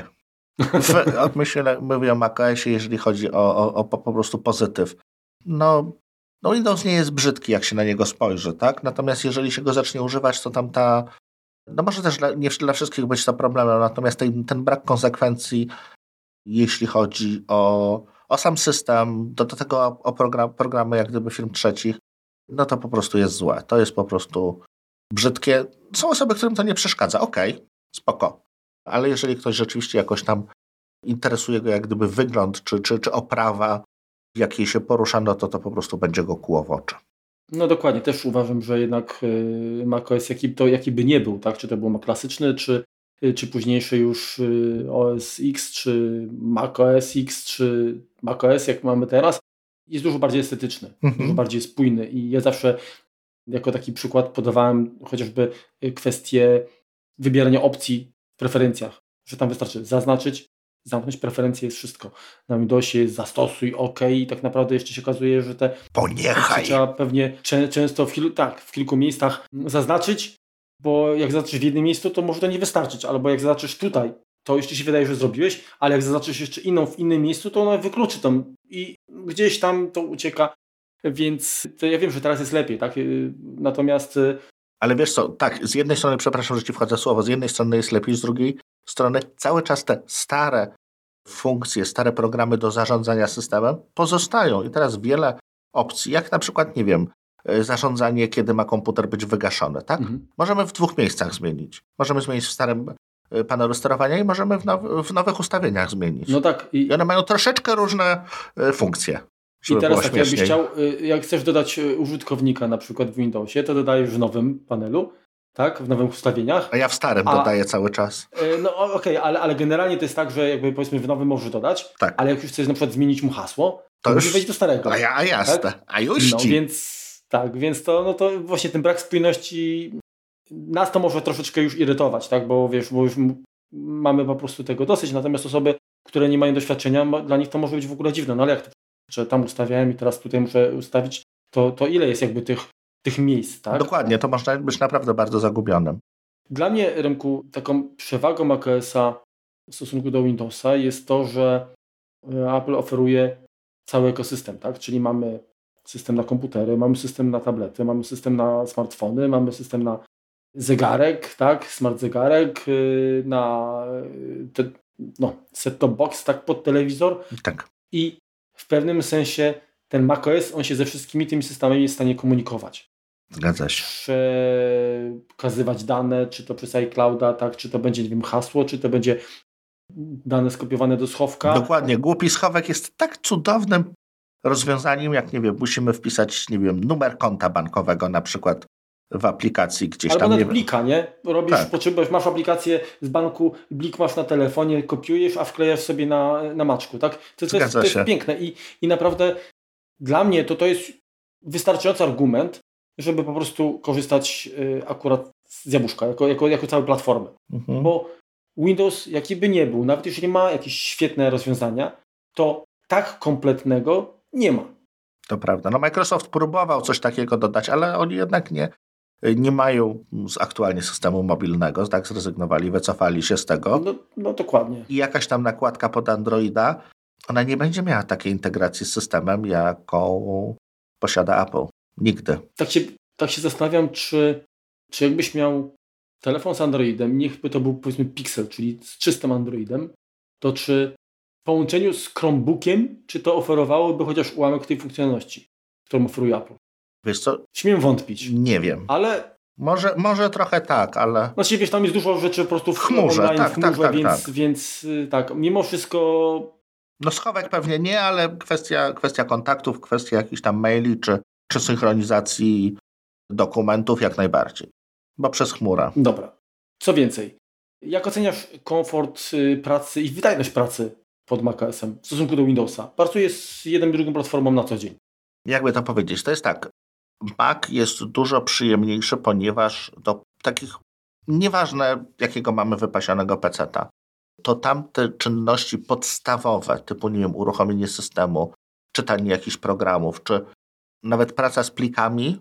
Myślę, mówię o macOSie, jeżeli chodzi o, o, o po prostu pozytyw. No, no Windows nie jest brzydki, jak się na niego spojrzy, tak? Natomiast jeżeli się go zacznie używać, to tam ta... No może też dla, nie dla wszystkich być to problemem, natomiast ten, ten brak konsekwencji, jeśli chodzi o, o sam system, do, do tego o program, programy jak gdyby firm trzecich, no to po prostu jest złe. To jest po prostu brzydkie. Są osoby, którym to nie przeszkadza. Okej, okay, spoko. Ale jeżeli ktoś rzeczywiście jakoś tam interesuje go jak gdyby wygląd, czy, czy, czy oprawa, w jakiej się porusza, no to to po prostu będzie go kłuło w oczy. No dokładnie, też uważam, że jednak macOS, jaki, to, jaki by nie był, tak? Czy to był Mac klasyczny, czy, czy późniejszy już O S X, czy macOS X, czy macOS, jak mamy teraz, jest dużo bardziej estetyczny, mhm. dużo bardziej spójny. I ja zawsze jako taki przykład podawałem chociażby kwestię wybierania opcji w preferencjach, że tam wystarczy zaznaczyć, zamknąć preferencje, jest wszystko. Na Windowsie jest zastosuj, OK i tak naprawdę jeszcze się okazuje, że te poniechaj trzeba pewnie czę- często w, kil- tak, w kilku miejscach zaznaczyć, bo jak zaznaczysz w jednym miejscu, to może to nie wystarczyć, albo jak zaznaczysz tutaj, to jeszcze się wydaje, że zrobiłeś, ale jak zaznaczysz jeszcze inną w innym miejscu, to ona wykluczy tam i gdzieś tam to ucieka, więc to ja wiem, że teraz jest lepiej, tak? Natomiast... Ale wiesz co, tak, z jednej strony, przepraszam, że ci wchodzę w słowo, z jednej strony jest lepiej, z drugiej strony cały czas te stare funkcje, stare programy do zarządzania systemem pozostają i teraz wiele opcji, jak na przykład, nie wiem, zarządzanie, kiedy ma komputer być wygaszony, tak? Mhm. Możemy w dwóch miejscach zmienić. Możemy zmienić w starym panelu sterowania i możemy w, now- w nowych ustawieniach zmienić. No tak. I, I one mają troszeczkę różne funkcje. I teraz tak, jakbyś chciał, jak chcesz dodać użytkownika na przykład w Windowsie, to dodajesz w nowym panelu, tak, w nowych ustawieniach. A ja w starym A, dodaję cały czas. No okej, okay, ale, ale generalnie to jest tak, że jakby powiedzmy w nowym możesz dodać, tak. Ale jak już chcesz na przykład zmienić mu hasło, to, to już wejść do starego. A, ja, a jasne, tak? A już No ci. więc tak, więc to, no to właśnie ten brak spójności nas to może troszeczkę już irytować, tak, bo wiesz, bo już mamy po prostu tego dosyć, natomiast osoby, które nie mają doświadczenia, dla nich to może być w ogóle dziwne, no ale jak to, że tam ustawiałem i teraz tutaj muszę ustawić, to, to ile jest jakby tych, tych miejsc, tak? Dokładnie, to można być naprawdę bardzo zagubionym. Dla mnie, Remku, taką przewagą macOSa w stosunku do Windowsa jest to, że Apple oferuje cały ekosystem, tak? Czyli mamy system na komputery, mamy system na tablety, mamy system na smartfony, mamy system na zegarek, tak? Smart zegarek, na te, no, set-top box, tak? Pod telewizor. Tak. I w pewnym sensie ten macOS, on się ze wszystkimi tymi systemami jest w stanie komunikować. Zgadza się. Przekazywać dane, czy to przez iClouda, tak, czy to będzie, nie wiem, hasło, czy to będzie dane skopiowane do schowka. Dokładnie. Głupi schowek jest tak cudownym rozwiązaniem, jak nie wiem, musimy wpisać, nie wiem, numer konta bankowego na przykład w aplikacji gdzieś Albo tam. nawet nie blika, nie? Robisz, tak. potrzebujesz, masz aplikację z banku, blik masz na telefonie, kopiujesz, a wklejasz sobie na, na maczku, tak? To, to, jest, to jest piękne i, i naprawdę dla mnie to, to jest wystarczający argument, żeby po prostu korzystać y, akurat z Jabłuszka, jako, jako, jako całej platformy. Mhm. Bo Windows, jaki by nie był, nawet jeśli ma jakieś świetne rozwiązania, to tak kompletnego nie ma. To prawda. No Microsoft próbował coś takiego dodać, ale oni jednak nie, nie mają z aktualnie systemu mobilnego, tak zrezygnowali, wycofali się z tego. No, no dokładnie. I jakaś tam nakładka pod Androida, ona nie będzie miała takiej integracji z systemem, jaką posiada Apple. Nigdy. Tak się, tak się zastanawiam, czy, czy jakbyś miał telefon z Androidem, niechby to był powiedzmy Pixel, czyli z czystym Androidem, to czy w połączeniu z Chromebookiem, czy to oferowałoby chociaż ułamek tej funkcjonalności, którą oferuje Apple? Wiesz co? Śmiem wątpić. Nie wiem. Ale... Może, może trochę tak, ale... Znaczy wiesz, tam jest dużo rzeczy po prostu w chmurze, online, tak, w chmurze, tak, tak, więc, tak. więc tak, mimo wszystko... No schowek pewnie nie, ale kwestia, kwestia kontaktów, kwestia jakichś tam maili, czy, czy synchronizacji dokumentów jak najbardziej. Bo przez chmurę. Dobra. Co więcej, jak oceniasz komfort pracy i wydajność pracy pod macOSem w stosunku do Windowsa? Pracuję z jedną i drugą platformą na co dzień. Jakby to powiedzieć? To jest tak. Mac jest dużo przyjemniejszy, ponieważ do takich, nieważne jakiego mamy wypasionego peceta, to tamte czynności podstawowe, typu nie wiem, uruchomienie systemu, czytanie jakichś programów, czy nawet praca z plikami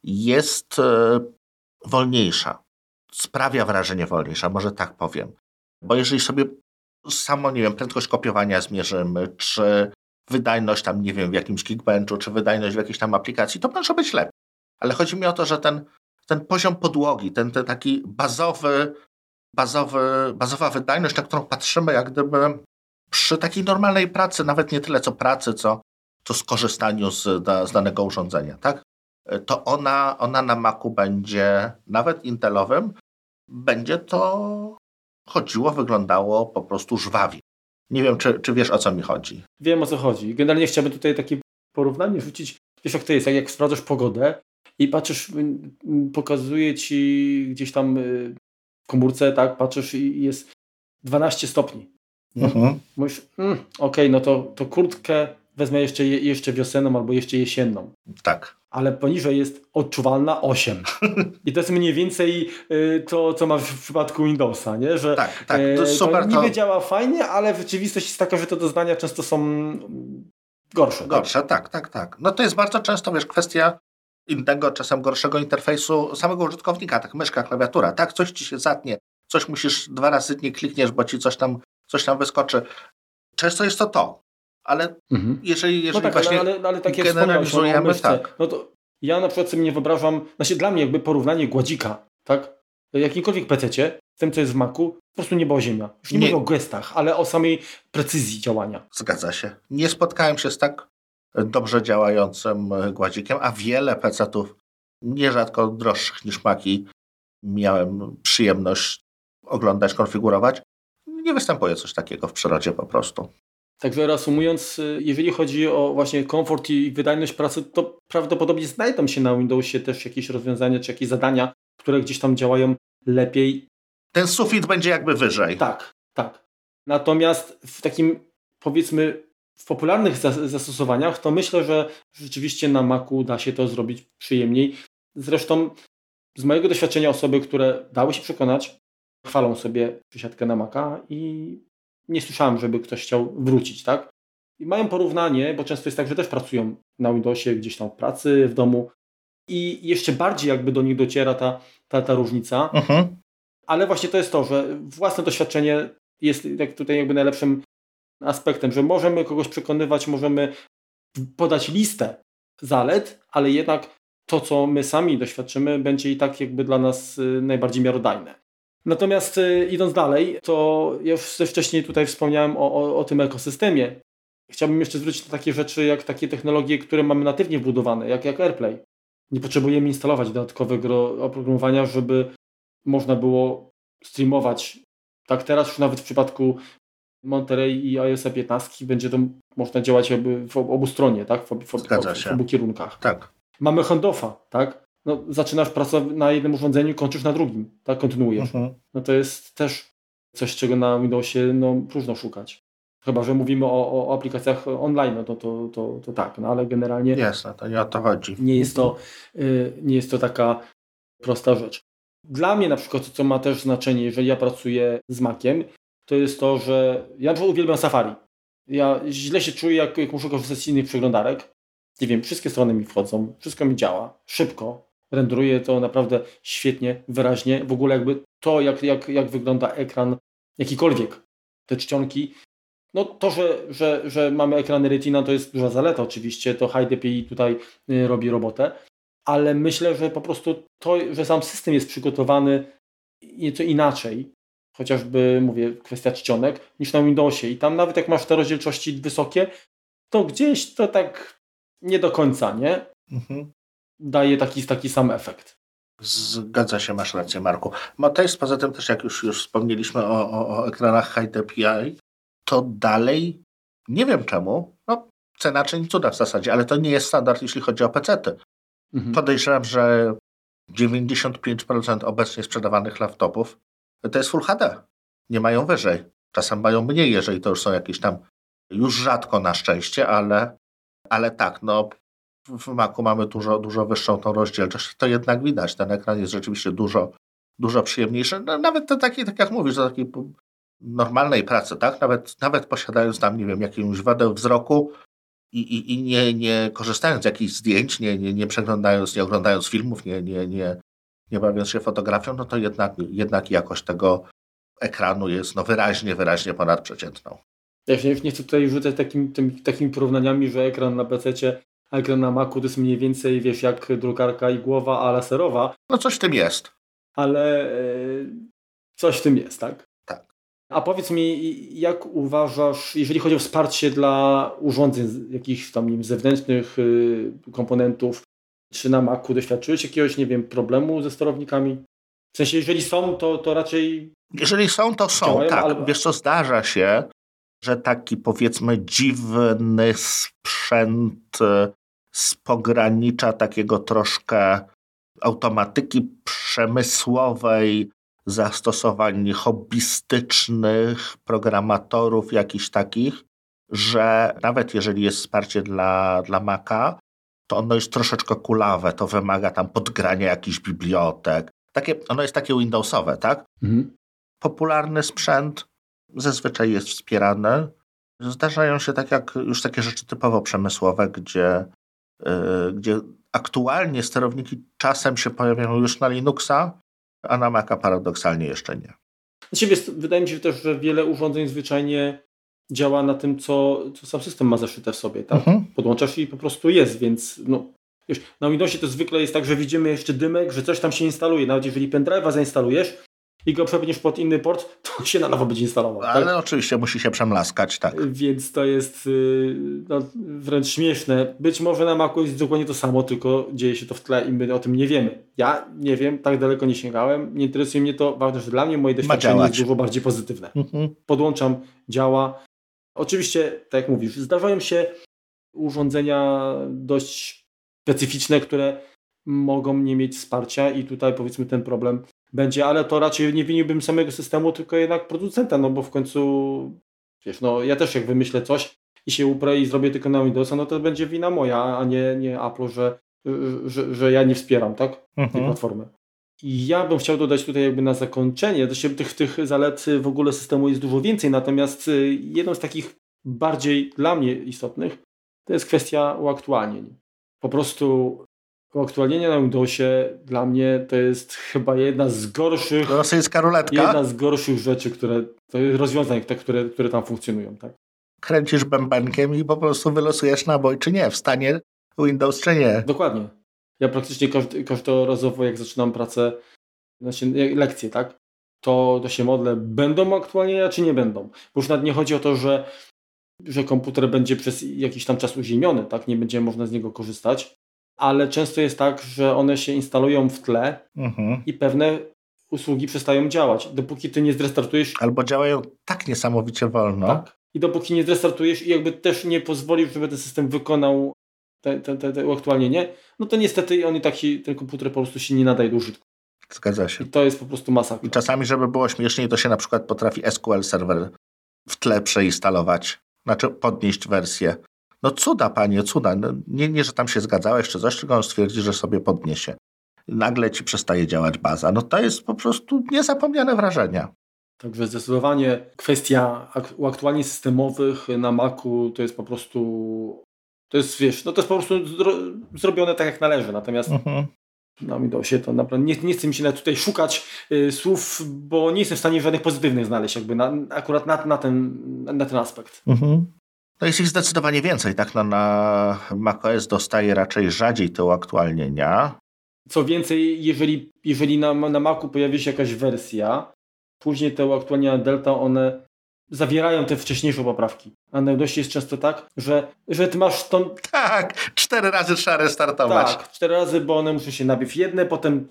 jest e, wolniejsza. Sprawia wrażenie wolniejsza, może tak powiem. Bo jeżeli sobie samo, nie wiem, prędkość kopiowania zmierzymy, czy wydajność tam, nie wiem, w jakimś Geekbenchu, czy wydajność w jakiejś tam aplikacji, to może być lepiej. Ale chodzi mi o to, że ten, ten poziom podłogi, ten, ten taki bazowy, bazowy, bazowa wydajność, na którą patrzymy jak gdyby przy takiej normalnej pracy, nawet nie tyle co pracy, co, co skorzystaniu z, da, z danego urządzenia, tak? To ona, ona na Macu będzie, nawet intelowym, będzie to chodziło, wyglądało po prostu żwawiej. Nie wiem, czy, czy wiesz, o co mi chodzi. Wiem, o co chodzi. Generalnie chciałbym tutaj takie porównanie rzucić. Wiesz, jak to jest, jak, jak sprawdzasz pogodę i patrzysz, pokazuje ci gdzieś tam w komórce, tak, patrzysz i jest dwanaście stopni. Mhm. Mówisz, mm, okej, okay, no to, to kurtkę wezmę jeszcze, jeszcze wiosenną albo jeszcze jesienną. Tak. Ale poniżej jest odczuwalna osiem. I to jest mniej więcej y, to, co ma w przypadku Windowsa, nie? Że tak, tak. To, jest super, to niby to... działa fajnie, ale rzeczywistość jest taka, że te doznania często są gorsze. Gorsze, tak, tak, tak. No to jest bardzo często, wiesz, kwestia innego, czasem gorszego interfejsu samego użytkownika, tak, myszka, klawiatura, tak, coś ci się zatnie, coś musisz dwa razy nie klikniesz, bo ci coś tam, coś tam wyskoczy. Często jest to to. Ale mhm. jeżeli, jeżeli no tak, właśnie ale, ale, ale tak jak generalizujemy, tak. No to ja na przykład sobie nie wyobrażam, znaczy dla mnie jakby porównanie gładzika, tak, jakimkolwiek pececie, z tym co jest w Macu, po prostu niebo o ziemia. Już nie, nie mówię o gestach, ale o samej precyzji działania. Zgadza się. Nie spotkałem się z tak dobrze działającym gładzikiem, a wiele pecetów, nierzadko droższych niż Maci, miałem przyjemność oglądać, konfigurować. Nie występuje coś takiego w przyrodzie po prostu. Także reasumując, jeżeli chodzi o właśnie komfort i wydajność pracy, to prawdopodobnie znajdą się na Windowsie też jakieś rozwiązania czy jakieś zadania, które gdzieś tam działają lepiej. Ten sufit będzie jakby wyżej. Tak, tak. Natomiast w takim, powiedzmy, w popularnych zastosowaniach, to myślę, że rzeczywiście na Macu da się to zrobić przyjemniej. Zresztą z mojego doświadczenia osoby, które dały się przekonać, chwalą sobie przysiadkę na Maca i nie słyszałem, żeby ktoś chciał wrócić, tak? I mają porównanie, bo często jest tak, że też pracują na Windowsie gdzieś tam w pracy, w domu i jeszcze bardziej jakby do nich dociera ta, ta, ta różnica. Uh-huh. Ale właśnie to jest to, że własne doświadczenie jest jak tutaj jakby najlepszym aspektem, że możemy kogoś przekonywać, możemy podać listę zalet, ale jednak to, co my sami doświadczymy, będzie i tak jakby dla nas najbardziej miarodajne. Natomiast y, idąc dalej, to ja już wcześniej tutaj wspomniałem o, o, o tym ekosystemie. Chciałbym jeszcze zwrócić na takie rzeczy, jak takie technologie, które mamy natywnie wbudowane, jak, jak AirPlay. Nie potrzebujemy instalować dodatkowego oprogramowania, żeby można było streamować. Tak teraz już nawet w przypadku Monterey i iOS piętnaście będzie to można działać jakby w obu stronie, tak? W, w, w, w obu kierunkach. Tak. Mamy handoffa, tak? No, zaczynasz pracować na jednym urządzeniu, kończysz na drugim, tak? Kontynuujesz. Mhm. No to jest też coś, czego na Windowsie no, próżno szukać. Chyba że mówimy o, o aplikacjach online, no to, to, to, to tak, no ale generalnie jasne, to nie o to chodzi. Nie jest to, yy, nie jest to taka prosta rzecz. Dla mnie na przykład, co ma też znaczenie, jeżeli ja pracuję z Maciem, to jest to, że ja na przykład uwielbiam Safari. Ja źle się czuję, jak, jak muszę korzystać z innych przeglądarek. Nie wiem, wszystkie strony mi wchodzą, wszystko mi działa, szybko, renderuje to naprawdę świetnie, wyraźnie. W ogóle jakby to, jak, jak, jak wygląda ekran, jakikolwiek, te czcionki. No to, że, że, że mamy ekrany Retina, to jest duża zaleta oczywiście, to High D P I tutaj y, robi robotę, ale myślę, że po prostu to, że sam system jest przygotowany nieco inaczej, chociażby, mówię, kwestia czcionek, niż na Windowsie i tam nawet jak masz te rozdzielczości wysokie, to gdzieś to tak nie do końca, nie? Mhm. Daje taki, taki sam efekt. Zgadza się, masz rację, Marku. No to jest poza tym też, jak już, już wspomnieliśmy o, o, o ekranach High D P I, to dalej, nie wiem czemu, no cena czyni cuda w zasadzie, ale to nie jest standard, jeśli chodzi o pecety. Mhm. Podejrzewam, że dziewięćdziesiąt pięć procent obecnie sprzedawanych laptopów to jest Full H D. Nie mają wyżej. Czasem mają mniej, jeżeli to już są jakieś tam, już rzadko na szczęście, ale, ale tak, no w Macu mamy dużo, dużo wyższą tą rozdzielczość. To jednak widać, ten ekran jest rzeczywiście dużo, dużo przyjemniejszy. No, nawet to taki, tak jak mówisz, to taki normalnej pracy, tak? Nawet, nawet posiadając tam, nie wiem, jakąś wadę wzroku i, i, i nie, nie korzystając z jakichś zdjęć, nie, nie, nie przeglądając, nie oglądając filmów, nie, nie, nie, nie bawiąc się fotografią, no to jednak, jednak jakość tego ekranu jest no wyraźnie, wyraźnie ponadprzeciętną. Ja się nie chcę tutaj rzucać takim, tym, takimi porównaniami, że ekran na pececie, a ekran na Macu to jest mniej więcej, wiesz, jak drukarka igłowa, a laserowa. No coś w tym jest. Ale yy, coś w tym jest, tak? A powiedz mi, jak uważasz, jeżeli chodzi o wsparcie dla urządzeń, jakichś tam nie wiem, zewnętrznych yy, komponentów, czy na Macu doświadczyłeś jakiegoś, nie wiem, problemu ze sterownikami? W sensie, jeżeli są, to, to raczej... Jeżeli są, to są, działają, tak. Ale... Wiesz co, zdarza się, że taki powiedzmy dziwny sprzęt z pogranicza takiego troszkę automatyki przemysłowej, zastosowań hobbystycznych, programatorów jakichś takich, że nawet jeżeli jest wsparcie dla, dla Maca, to ono jest troszeczkę kulawe, to wymaga tam podgrania jakichś bibliotek. Takie, ono jest takie Windowsowe, tak? Mhm. Popularny sprzęt zazwyczaj jest wspierany. Zdarzają się tak jak już takie rzeczy typowo przemysłowe, gdzie, yy, gdzie aktualnie sterowniki czasem się pojawiają już na Linuxa, a na Maca paradoksalnie jeszcze nie. Wydaje mi się też, że wiele urządzeń zwyczajnie działa na tym, co, co sam system ma zaszyte w sobie. Tak? Mhm. Podłączasz i po prostu jest, więc no, wiesz, na Windowsie to zwykle jest tak, że widzimy jeszcze dymek, że coś tam się instaluje. Nawet jeżeli pendrive'a zainstalujesz i go przepniesz pod inny port, to się na nowo będzie instalował. Ale tak? Oczywiście musi się przemlaskać, tak. Więc to jest no, wręcz śmieszne. Być może na Macu jest dokładnie to samo, tylko dzieje się to w tle i my o tym nie wiemy. Ja nie wiem, tak daleko nie sięgałem, nie interesuje mnie to. Ważne, że dla mnie moje doświadczenie jest dużo bardziej pozytywne. Mhm. Podłączam, działa. Oczywiście, tak jak mówisz, zdarzają się urządzenia dość specyficzne, które mogą nie mieć wsparcia i tutaj powiedzmy ten problem będzie, ale to raczej nie winiłbym samego systemu, tylko jednak producenta, no bo w końcu wiesz, no ja też jak wymyślę coś i się uprę i zrobię tylko na Windowsa, no to będzie wina moja, a nie, nie Apple, że, że, że ja nie wspieram, tak? Mhm. tej platformy. I ja bym chciał dodać tutaj jakby na zakończenie, to tych, tych zalet w ogóle systemu jest dużo więcej, natomiast jedną z takich bardziej dla mnie istotnych to jest kwestia uaktualnień. Po prostu uaktualnienie na Windowsie dla mnie to jest chyba jedna z gorszych rosyjska ruletka. Jedna z gorszych rzeczy, które rozwiązań, te, które, które tam funkcjonują. Tak? Kręcisz bębenkiem i po prostu wylosujesz nabój czy nie, wstanie Windows czy nie. Dokładnie. Ja praktycznie każdy, każdorazowo jak zaczynam pracę, znaczy lekcje, tak? To, to się modlę, będą uaktualnienia czy nie będą. Bo już nawet nie chodzi o to, że, że komputer będzie przez jakiś tam czas uziemiony, tak? Nie będzie można z niego korzystać. Ale często jest tak, że one się instalują w tle mhm. i pewne usługi przestają działać. Dopóki ty nie zrestartujesz... Albo działają tak niesamowicie wolno. Tak. I dopóki nie zrestartujesz i jakby też nie pozwolisz, żeby ten system wykonał te, te, te, te uaktualnienie, no to niestety on i tak się, ten komputer po prostu się nie nadaje do użytku. Zgadza się. I to jest po prostu masakra. I czasami, żeby było śmieszniej, to się na przykład potrafi S Q L Server w tle przeinstalować. Znaczy podnieść wersję. No cuda, panie, cuda. No, nie, nie, że tam się zgadzałeś czy coś, tylko on stwierdzi, że sobie podniesie. Nagle ci przestaje działać baza. No to jest po prostu niezapomniane wrażenia. Także zdecydowanie kwestia uaktualnień systemowych na Macu to jest po prostu, to jest, wiesz, no to jest po prostu zro, zrobione tak jak należy. Natomiast uh-huh. na Windowsie to naprawdę nie, nie chcę mi się nawet tutaj szukać y, słów, bo nie jestem w stanie żadnych pozytywnych znaleźć jakby na, akurat na, na, ten, na ten aspekt. Uh-huh. No jest ich zdecydowanie więcej, tak? No, na macOS dostaje raczej rzadziej te uaktualnienia. Co więcej, jeżeli, jeżeli na, na Macu pojawi się jakaś wersja, później te uaktualnienia Delta, one zawierają te wcześniejsze poprawki. A na Windowsie jest często tak, że, że ty masz tą... Tak, cztery razy trzeba restartować. Tak, cztery razy, bo one muszą się najpierw jedne, potem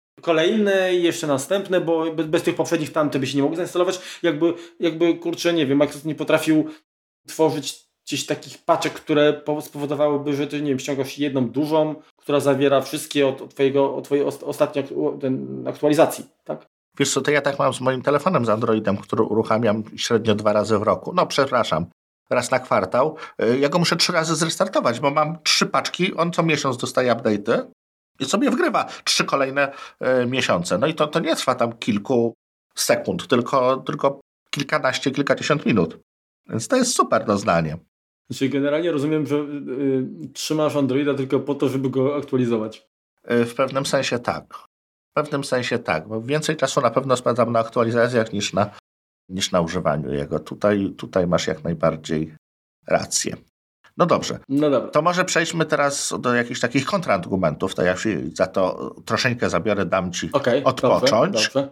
kolejne i jeszcze następne, bo bez, bez tych poprzednich tamte by się nie mogły zainstalować. Jakby, jakby kurczę, nie wiem, Microsoft nie potrafił tworzyć gdzieś takich paczek, które spowodowałyby, że ty, nie wiem, ściągasz jedną dużą, która zawiera wszystkie od, od, twojego, od twojej ostatniej aktualizacji, tak? Wiesz co, to ja tak mam z moim telefonem z Androidem, który uruchamiam średnio dwa razy w roku. No przepraszam, raz na kwartał. Ja go muszę trzy razy zrestartować, bo mam trzy paczki, on co miesiąc dostaje update'y i sobie wgrywa trzy kolejne y, miesiące. No i to, to nie trwa tam kilku sekund, tylko, tylko kilkanaście, kilkadziesiąt minut. Więc to jest super doznanie. Znaczy generalnie rozumiem, że y, trzymasz Androida tylko po to, żeby go aktualizować. Y, w pewnym sensie tak. W pewnym sensie tak, bo więcej czasu na pewno spędzam na aktualizacjach niż na, niż na używaniu jego. Tutaj, tutaj masz jak najbardziej rację. No dobrze. No dobra. To może przejdźmy teraz do jakichś takich kontrargumentów. To ja się za to troszeczkę zabiorę, dam ci okay, odpocząć. Dobrze, dobrze.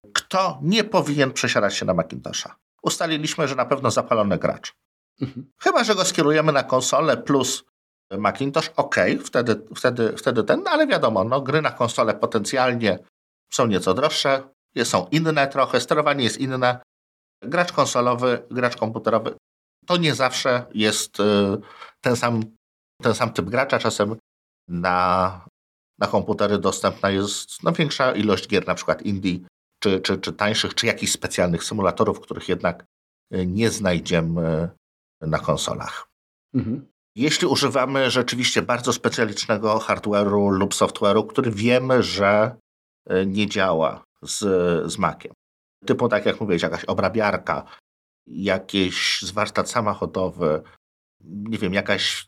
Kto nie powinien przesiadać się na Macintosha? Ustaliliśmy, że na pewno zapalony gracz. Mhm. Chyba że go skierujemy na konsolę plus Macintosh, okej, okay, wtedy, wtedy, wtedy ten, ale wiadomo, no, gry na konsolę potencjalnie są nieco droższe, są inne trochę, sterowanie jest inne. Gracz konsolowy, gracz komputerowy to nie zawsze jest y, ten sam, ten sam typ gracza. Czasem na, na komputery dostępna jest no, większa ilość gier, na przykład indie, czy, czy, czy tańszych, czy jakichś specjalnych symulatorów, których jednak nie znajdziemy na konsolach. Mhm. Jeśli używamy rzeczywiście bardzo specjalicznego hardware'u lub software'u, który wiemy, że nie działa z, z Maciem. Typu, tak jak mówiłeś, jakaś obrabiarka, jakiś warsztat samochodowy, nie wiem, jakaś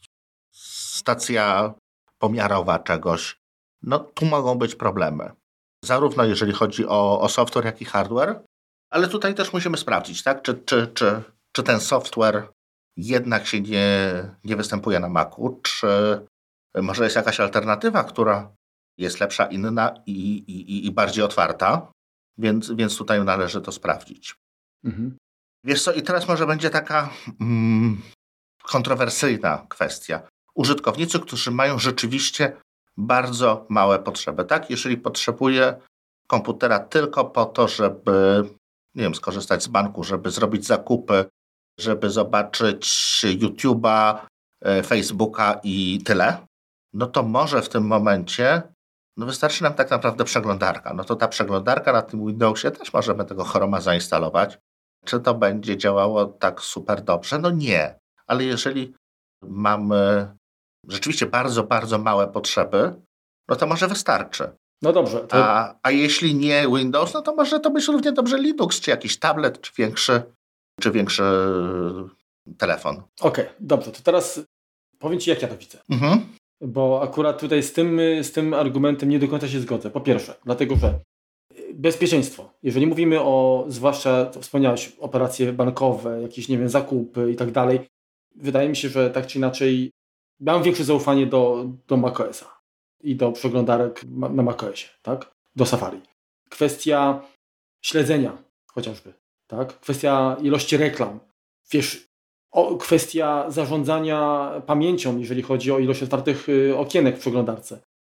stacja pomiarowa czegoś. No tu mogą być problemy. Zarówno jeżeli chodzi o, o software, jak i hardware, ale tutaj też musimy sprawdzić, tak? czy, czy, czy, czy ten software jednak się nie, nie występuje na Macu, czy może jest jakaś alternatywa, która jest lepsza, inna i, i, i bardziej otwarta, więc, więc tutaj należy to sprawdzić. Mhm. Wiesz co, i teraz może będzie taka mm, kontrowersyjna kwestia. Użytkownicy, którzy mają rzeczywiście bardzo małe potrzeby, tak? Jeżeli potrzebuje komputera tylko po to, żeby, nie wiem, skorzystać z banku, żeby zrobić zakupy, żeby zobaczyć YouTube'a, Facebooka i tyle, no to może w tym momencie no wystarczy nam tak naprawdę przeglądarka. No to ta przeglądarka na tym Windowsie też możemy tego Chroma zainstalować. Czy to będzie działało tak super dobrze? No nie. Ale jeżeli mamy rzeczywiście bardzo, bardzo małe potrzeby, no to może wystarczy. No dobrze. To... A, a jeśli nie Windows, no to może to być równie dobrze Linux, czy jakiś tablet, czy większy, czy większy telefon. Okej, okay, dobrze. To teraz powiem Ci, jak ja to widzę. Mhm. Bo akurat tutaj z tym, z tym argumentem nie do końca się zgodzę. Po pierwsze, dlatego, że bezpieczeństwo. Jeżeli mówimy o, zwłaszcza, to wspomniałeś, operacje bankowe, jakieś, nie wiem, zakupy i tak dalej, wydaje mi się, że tak czy inaczej mam większe zaufanie do, do macOSa i do przeglądarek na macOSie, tak? Do Safari. Kwestia śledzenia chociażby, tak? Kwestia ilości reklam. Wiesz, o, kwestia zarządzania pamięcią, jeżeli chodzi o ilość otwartych y, okienek w przeglądarce.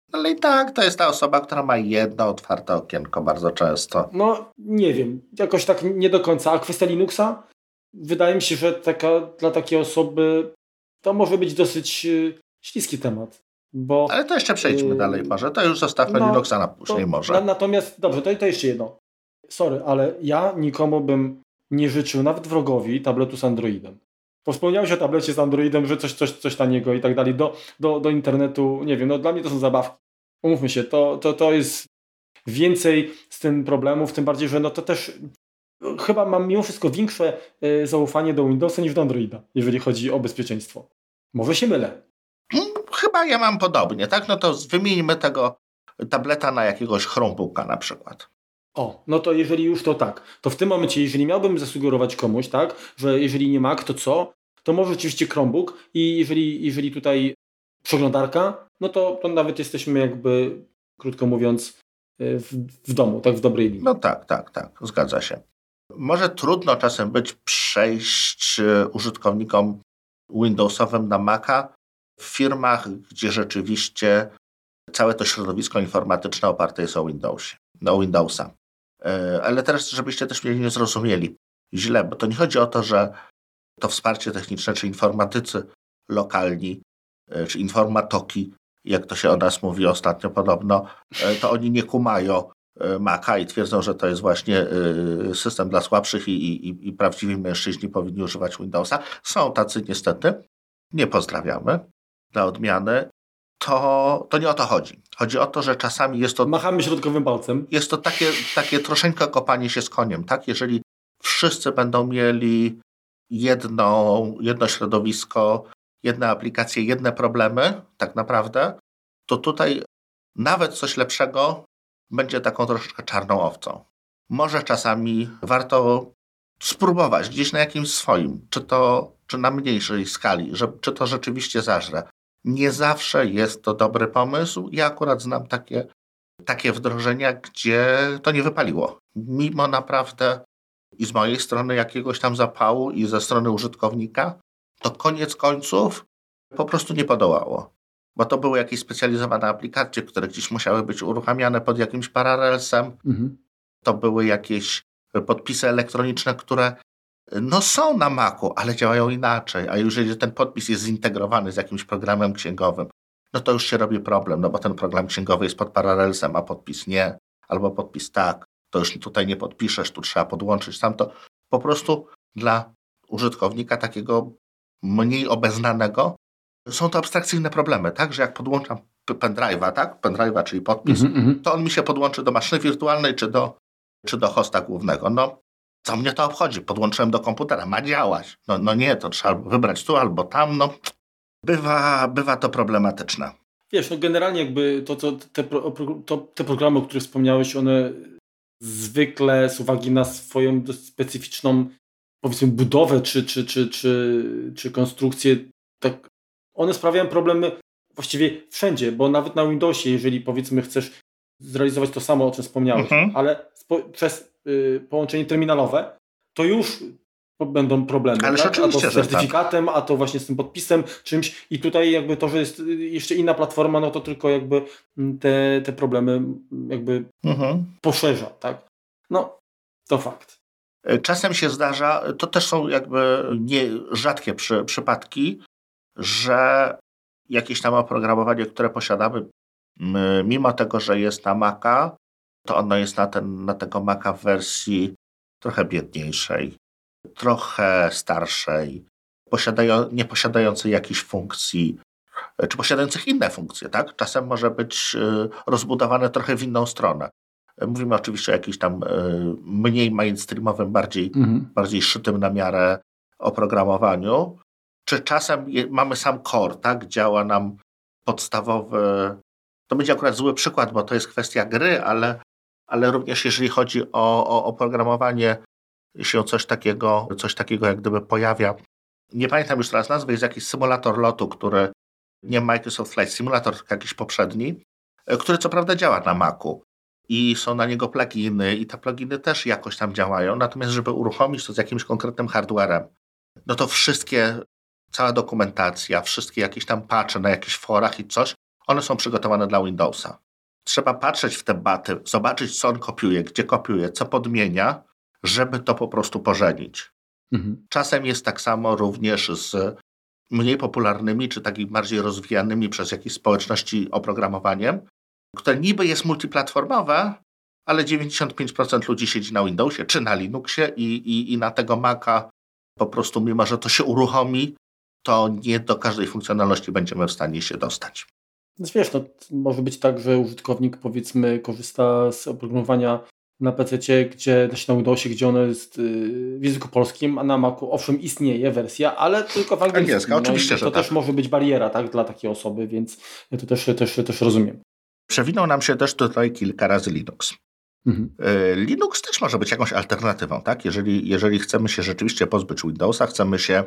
Ale i tak to jest ta osoba, która ma jedno otwarte okienko bardzo często. No nie wiem, jakoś tak nie do końca. A kwestia Linuxa? Wydaje mi się, że taka, dla takiej osoby to może być dosyć yy, śliski temat. Bo, Ale to jeszcze przejdźmy yy, dalej może. To już zostawmy no, Linuxa na później to, może. Na, natomiast, dobrze, to, to jeszcze jedno. Sorry, ale ja nikomu bym nie życzył, nawet wrogowi, tabletu z Androidem. Bo wspomniałeś o tablecie z Androidem, że coś, coś, coś taniego i tak dalej. Do, do, do internetu, nie wiem, no dla mnie to są zabawki. Umówmy się, to, to, to jest więcej z tym problemów, tym bardziej, że no to też chyba mam mimo wszystko większe y, zaufanie do Windowsa niż do Androida, jeżeli chodzi o bezpieczeństwo. Może się mylę. Chyba ja mam podobnie, tak? No to wymieńmy tego tableta na jakiegoś Chromebooka na przykład. O, no to jeżeli już to tak, to w tym momencie, jeżeli miałbym zasugerować komuś, tak, że jeżeli nie Mac, to co? To może oczywiście Chromebook i jeżeli, jeżeli tutaj przeglądarka, no to, to nawet jesteśmy jakby, krótko mówiąc, w, w domu, tak, w dobrej linii. No tak, tak, tak, zgadza się. Może trudno czasem być przejść użytkownikom Windowsowym na Maca w firmach, gdzie rzeczywiście całe to środowisko informatyczne oparte jest o Windowsie, no Windowsa. Ale teraz, żebyście też mnie nie zrozumieli źle, bo to nie chodzi o to, że to wsparcie techniczne, czy informatycy lokalni, czy informatoki, jak to się o nas mówi ostatnio podobno, to oni nie kumają Maca i twierdzą, że to jest właśnie system dla słabszych i, i, i prawdziwi mężczyźni powinni używać Windowsa. Są tacy niestety, nie pozdrawiamy, dla odmiany. To, to nie o to chodzi. Chodzi o to, że czasami jest to... Machamy środkowym palcem. Jest to takie, takie troszeczkę kopanie się z koniem, tak? Jeżeli wszyscy będą mieli jedno, jedno środowisko, jedne aplikacje, jedne problemy, tak naprawdę, to tutaj nawet coś lepszego będzie taką troszeczkę czarną owcą. Może czasami warto spróbować gdzieś na jakimś swoim, czy to czy na mniejszej skali, że, czy to rzeczywiście zażre. Nie zawsze jest to dobry pomysł. Ja akurat znam takie, takie wdrożenia, gdzie to nie wypaliło. Mimo naprawdę i z mojej strony jakiegoś tam zapału i ze strony użytkownika, to koniec końców po prostu nie podołało. Bo to były jakieś specjalizowane aplikacje, które gdzieś musiały być uruchamiane pod jakimś paralelsem. Mhm. To były jakieś podpisy elektroniczne, które no są na Macu, ale działają inaczej. A jeżeli ten podpis jest zintegrowany z jakimś programem księgowym, no to już się robi problem, no bo ten program księgowy jest pod paralelsem, a podpis nie, albo podpis tak. To już tutaj nie podpiszesz, tu trzeba podłączyć tamto. Po prostu dla użytkownika takiego mniej obeznanego są to abstrakcyjne problemy, tak? Że jak podłączam pendrive'a, tak? Pendrive'a, czyli podpis, mm-hmm. to on mi się podłączy do maszyny wirtualnej czy do, czy do hosta głównego. No, co mnie to obchodzi? Podłączyłem do komputera, ma działać. No, no nie, to trzeba wybrać tu albo tam, no. Bywa, bywa to problematyczne. Wiesz, no generalnie jakby to, to, te, to, te programy, o których wspomniałeś, one zwykle z uwagi na swoją dość specyficzną, powiedzmy, budowę czy, czy, czy, czy, czy konstrukcję, tak, one sprawiają problemy właściwie wszędzie, bo nawet na Windowsie, jeżeli powiedzmy chcesz zrealizować to samo, o czym wspomniałeś, mhm. ale spo, przez y, połączenie terminalowe, to już będą problemy. Ale tak? A to z certyfikatem, tak. a to właśnie z tym podpisem, czymś. I tutaj jakby to, że jest jeszcze inna platforma, no to tylko jakby te, te problemy jakby mhm. poszerza. Tak? No, to fakt. Czasem się zdarza, to też są jakby nie rzadkie przy, przypadki, że jakieś tam oprogramowanie, które posiadamy, mimo tego, że jest na Maca, to ono jest na, ten, na tego Maca w wersji trochę biedniejszej, trochę starszej, posiadają, nie posiadającej jakichś funkcji, czy posiadających inne funkcje, tak? Czasem może być rozbudowane trochę w inną stronę. Mówimy oczywiście o jakimś tam mniej mainstreamowym, bardziej, mhm. bardziej szytym na miarę oprogramowaniu. Czy czasem mamy sam core, tak? Działa nam podstawowy... To będzie akurat zły przykład, bo to jest kwestia gry, ale, ale również jeżeli chodzi o, o oprogramowanie, się coś takiego, coś takiego jak gdyby pojawia. Nie pamiętam już teraz nazwy, jest jakiś symulator lotu, który nie Microsoft Flight Simulator, tylko jakiś poprzedni, który co prawda działa na Macu i są na niego pluginy i te pluginy też jakoś tam działają, natomiast żeby uruchomić to z jakimś konkretnym hardwarem, no to wszystkie, cała dokumentacja, wszystkie jakieś tam patche na jakichś forach i coś, one są przygotowane dla Windowsa. Trzeba patrzeć w te baty, zobaczyć, co on kopiuje, gdzie kopiuje, co podmienia, żeby to po prostu pożenić. Mhm. Czasem jest tak samo również z mniej popularnymi, czy takimi bardziej rozwijanymi przez jakieś społeczności oprogramowaniem, które niby jest multiplatformowe, ale dziewięćdziesiąt pięć procent ludzi siedzi na Windowsie czy na Linuxie i, i, i na tego Maca po prostu, mimo że to się uruchomi, to nie do każdej funkcjonalności będziemy w stanie się dostać. No wiesz, no, może być tak, że użytkownik powiedzmy korzysta z oprogramowania na pececie, gdzie znaczy na Windowsie, gdzie ono jest w języku polskim, a na Macu owszem istnieje wersja, ale tylko w angielskim. Angielska, oczywiście, no że to tak. też może być bariera, tak, dla takiej osoby, więc ja to też, też, też rozumiem. Przewinął nam się też tutaj kilka razy Linux. Mhm. Linux też może być jakąś alternatywą, tak? Jeżeli, jeżeli chcemy się rzeczywiście pozbyć Windowsa, chcemy się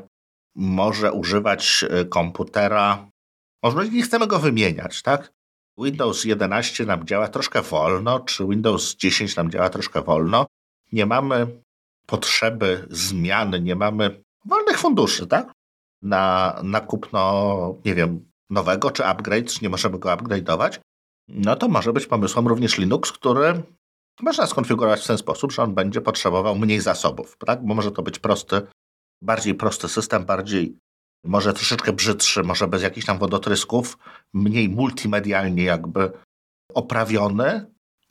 może używać komputera, może nie chcemy go wymieniać, tak? Windows jedenaście nam działa troszkę wolno, czy Windows dziesięć nam działa troszkę wolno. Nie mamy potrzeby zmiany, nie mamy wolnych funduszy, tak? Na, na kupno, nie wiem, nowego, czy upgrade, czy nie możemy go upgrade'ować. No to może być pomysłem również Linux, który można skonfigurować w ten sposób, że on będzie potrzebował mniej zasobów, tak? Bo może to być prosty, bardziej prosty system, bardziej może troszeczkę brzydszy, może bez jakichś tam wodotrysków, mniej multimedialnie jakby oprawiony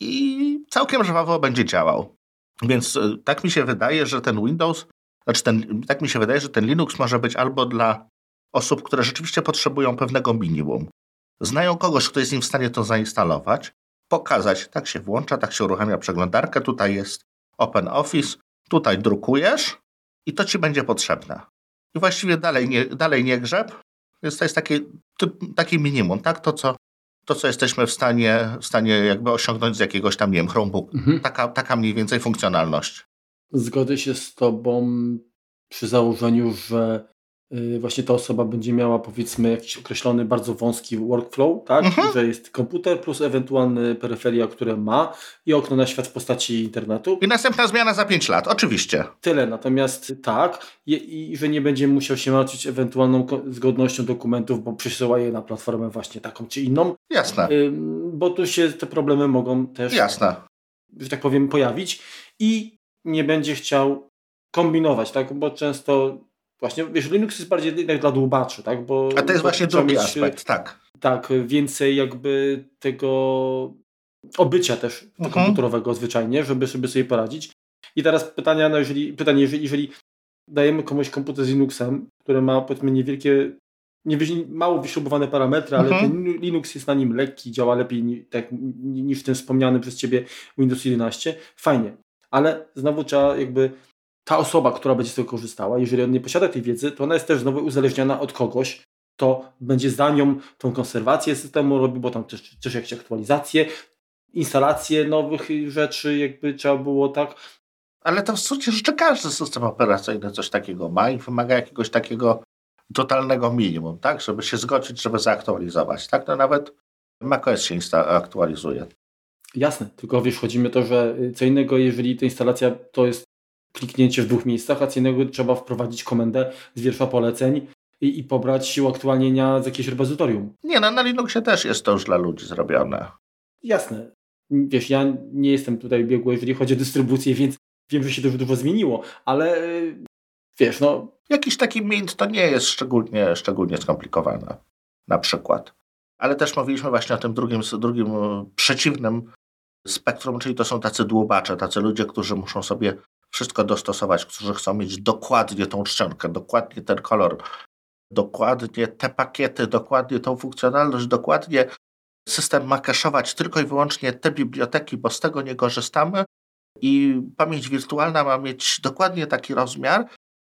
i całkiem żwawo będzie działał. Więc tak mi się wydaje, że ten Windows, znaczy ten, tak mi się wydaje, że ten Linux może być albo dla osób, które rzeczywiście potrzebują pewnego minimum, znają kogoś, kto jest im w stanie to zainstalować, pokazać, tak się włącza, tak się uruchamia przeglądarkę, tutaj jest OpenOffice, tutaj drukujesz i to ci będzie potrzebne. I właściwie dalej nie, dalej nie grzeb, więc to jest takie, takie minimum, tak? To co, to, co jesteśmy w stanie, w stanie jakby osiągnąć z jakiegoś tam, nie wiem, Chromebooka. Mhm. Taka, taka mniej więcej funkcjonalność. Zgodzę się z tobą przy założeniu, że właśnie ta osoba będzie miała powiedzmy jakiś określony bardzo wąski workflow, tak? Mhm. Że jest komputer plus ewentualne peryferia, które ma i okno na świat w postaci internetu. I następna zmiana za pięć lat, oczywiście. Tyle, natomiast tak i, i że nie będzie musiał się martwić ewentualną zgodnością dokumentów, bo przesyła je na platformę właśnie taką czy inną. Jasne. Bo tu się te problemy mogą też, Jasne, że tak powiem, pojawić i nie będzie chciał kombinować, tak? Bo często właśnie, wiesz, Linux jest bardziej jednak dla dłubaczy, tak? Bo, A to jest właśnie drugi mieć, aspekt, tak. Tak, więcej jakby tego obycia też mhm. komputerowego zwyczajnie, żeby, żeby sobie poradzić. I teraz pytania, no jeżeli, pytanie, jeżeli, jeżeli dajemy komuś komputer z Linuxem, który ma powiedzmy niewielkie, nie, mało wyśrubowane parametry, ale mhm. ten Linux jest na nim lekki, działa lepiej tak, niż ten wspomniany przez ciebie Windows jedenaście, fajnie. Ale znowu trzeba jakby ta osoba, która będzie z tego korzystała, jeżeli on nie posiada tej wiedzy, to ona jest też znowu uzależniona od kogoś, kto będzie za nią tą konserwację systemu robił, bo tam też, też jakieś aktualizacje, instalacje nowych rzeczy jakby trzeba było, tak? Ale to w sumie jeszcze każdy system operacyjny coś takiego ma i wymaga jakiegoś takiego totalnego minimum, tak? Żeby się zgodzić, żeby zaaktualizować, tak? No nawet macOS się insta- aktualizuje. Jasne, tylko wiesz, chodzi mi o to, że co innego, jeżeli ta instalacja to jest kliknięcie w dwóch miejscach, a co innego trzeba wprowadzić komendę z wiersza poleceń i, i pobrać uaktualnienia z jakiegoś repozytorium. Nie, no na Linuxie też jest to już dla ludzi zrobione. Jasne. Wiesz, ja nie jestem tutaj biegły, jeżeli chodzi o dystrybucję, więc wiem, że się dużo, dużo zmieniło, ale wiesz, no... Jakiś taki Mint to nie jest szczególnie, szczególnie skomplikowane, na przykład. Ale też mówiliśmy właśnie o tym drugim, drugim przeciwnym spektrum, czyli to są tacy dłubacze, tacy ludzie, którzy muszą sobie wszystko dostosować, którzy chcą mieć dokładnie tą czcionkę, dokładnie ten kolor, dokładnie te pakiety, dokładnie tą funkcjonalność, dokładnie system ma kaszować tylko i wyłącznie te biblioteki, bo z tego nie korzystamy i pamięć wirtualna ma mieć dokładnie taki rozmiar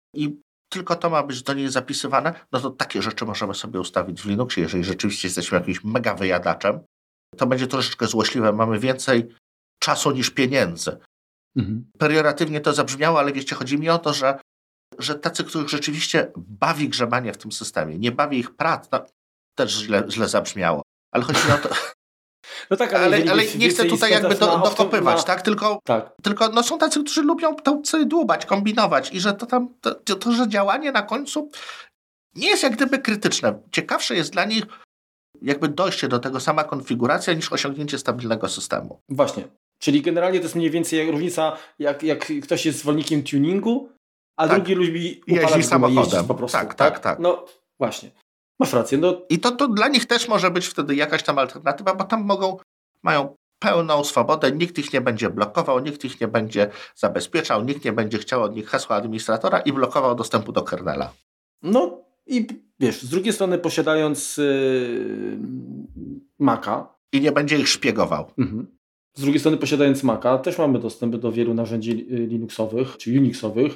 i tylko to ma być do niej zapisywane, no to takie rzeczy możemy sobie ustawić w Linuxie, jeżeli rzeczywiście jesteśmy jakimś mega wyjadaczem. To będzie troszeczkę złośliwe, mamy więcej czasu niż pieniędzy. Mhm. Perioratywnie to zabrzmiało, ale wiecie, chodzi mi o to, że, że tacy, których rzeczywiście bawi grzebanie w tym systemie, nie bawi ich prac, no, też źle, źle zabrzmiało, ale chodzi mi o to... No tak, ale, ale, ale nie chcę tutaj jakby do, dokopywać, na... tak? Tylko, tak. tylko no, są tacy, którzy lubią to sobie dłubać, kombinować i że to tam, to, to, że działanie na końcu nie jest jak gdyby krytyczne. Ciekawsze jest dla nich jakby dojście do tego sama konfiguracja niż osiągnięcie stabilnego systemu. Właśnie. Czyli generalnie to jest mniej więcej jak różnica, jak, jak ktoś jest zwolennikiem tuningu, a tak. drugi lubi jeździć samochodem. Po prostu, tak, tak, tak, tak. No właśnie. Masz rację. No. I to, to dla nich też może być wtedy jakaś tam alternatywa, bo tam mogą, mają pełną swobodę, nikt ich nie będzie blokował, nikt ich nie będzie zabezpieczał, nikt nie będzie chciał od nich hasła administratora i blokował dostępu do kernela. No i wiesz, z drugiej strony posiadając yy, Maca. I nie będzie ich szpiegował. Mhm. Z drugiej strony posiadając Maca też mamy dostęp do wielu narzędzi Linuxowych czy Unixowych,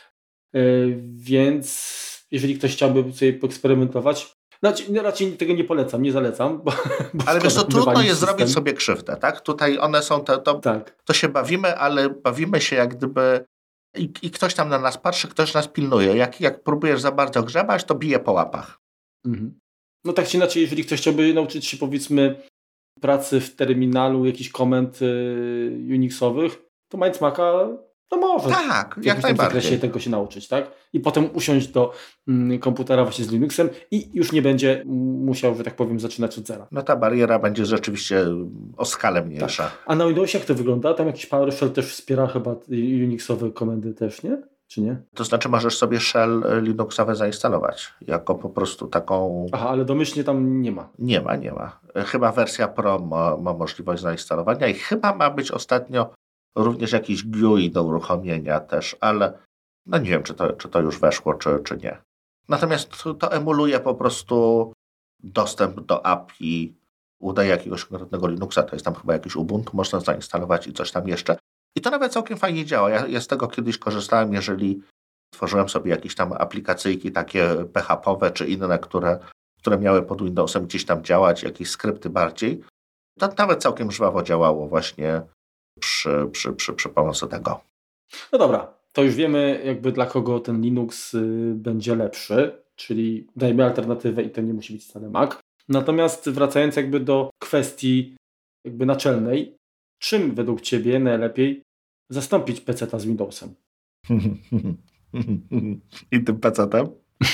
yy, więc jeżeli ktoś chciałby sobie poeksperymentować, znaczy, raczej tego nie polecam, nie zalecam. Bo, bo ale wiesz, to trudno jest system. Zrobić sobie krzywdę, tak? Tutaj one są, to, to, tak. to się bawimy, ale bawimy się jak gdyby i, i ktoś tam na nas patrzy, ktoś nas pilnuje. Jak, jak próbujesz za bardzo grzebać, to bije po łapach. Mhm. No tak czy inaczej, jeżeli ktoś chciałby nauczyć się, powiedzmy, pracy w terminalu, jakichś komend y, Unixowych, to mając Maca, to może. Tak, w jak najbardziej. W zakresie tego się nauczyć, tak? I potem usiąść do mm, komputera właśnie z Linuxem i już nie będzie musiał, że tak powiem, zaczynać od zera. No ta bariera będzie rzeczywiście o skalę mniejsza. Tak. A na Windowsie jak to wygląda? Tam jakiś PowerShell też wspiera chyba Unixowe komendy też, nie? Czy nie? To znaczy możesz sobie shell Linuxowe zainstalować jako po prostu taką... Aha, ale domyślnie tam nie ma. Nie ma, nie ma. Chyba wersja Pro ma, ma możliwość zainstalowania i chyba ma być ostatnio również jakiś G U I do uruchomienia też, ale no nie wiem, czy to, czy to już weszło, czy, czy nie. Natomiast to emuluje po prostu dostęp do A P I udaje jakiegoś konkretnego Linuxa, to jest tam chyba jakiś Ubuntu, można zainstalować i coś tam jeszcze. I to nawet całkiem fajnie działa. Ja, ja z tego kiedyś korzystałem, jeżeli tworzyłem sobie jakieś tam aplikacyjki takie P H P-owe czy inne, które, które miały pod Windowsem gdzieś tam działać, jakieś skrypty bardziej. To nawet całkiem żwawo działało właśnie przy, przy, przy, przy pomocy tego. No dobra, to już wiemy jakby dla kogo ten Linux y, będzie lepszy, czyli dajmy alternatywę i to nie musi być wcale Mac. Natomiast wracając jakby do kwestii jakby naczelnej, czym według Ciebie najlepiej zastąpić peceta z Windowsem? I tym pecetem?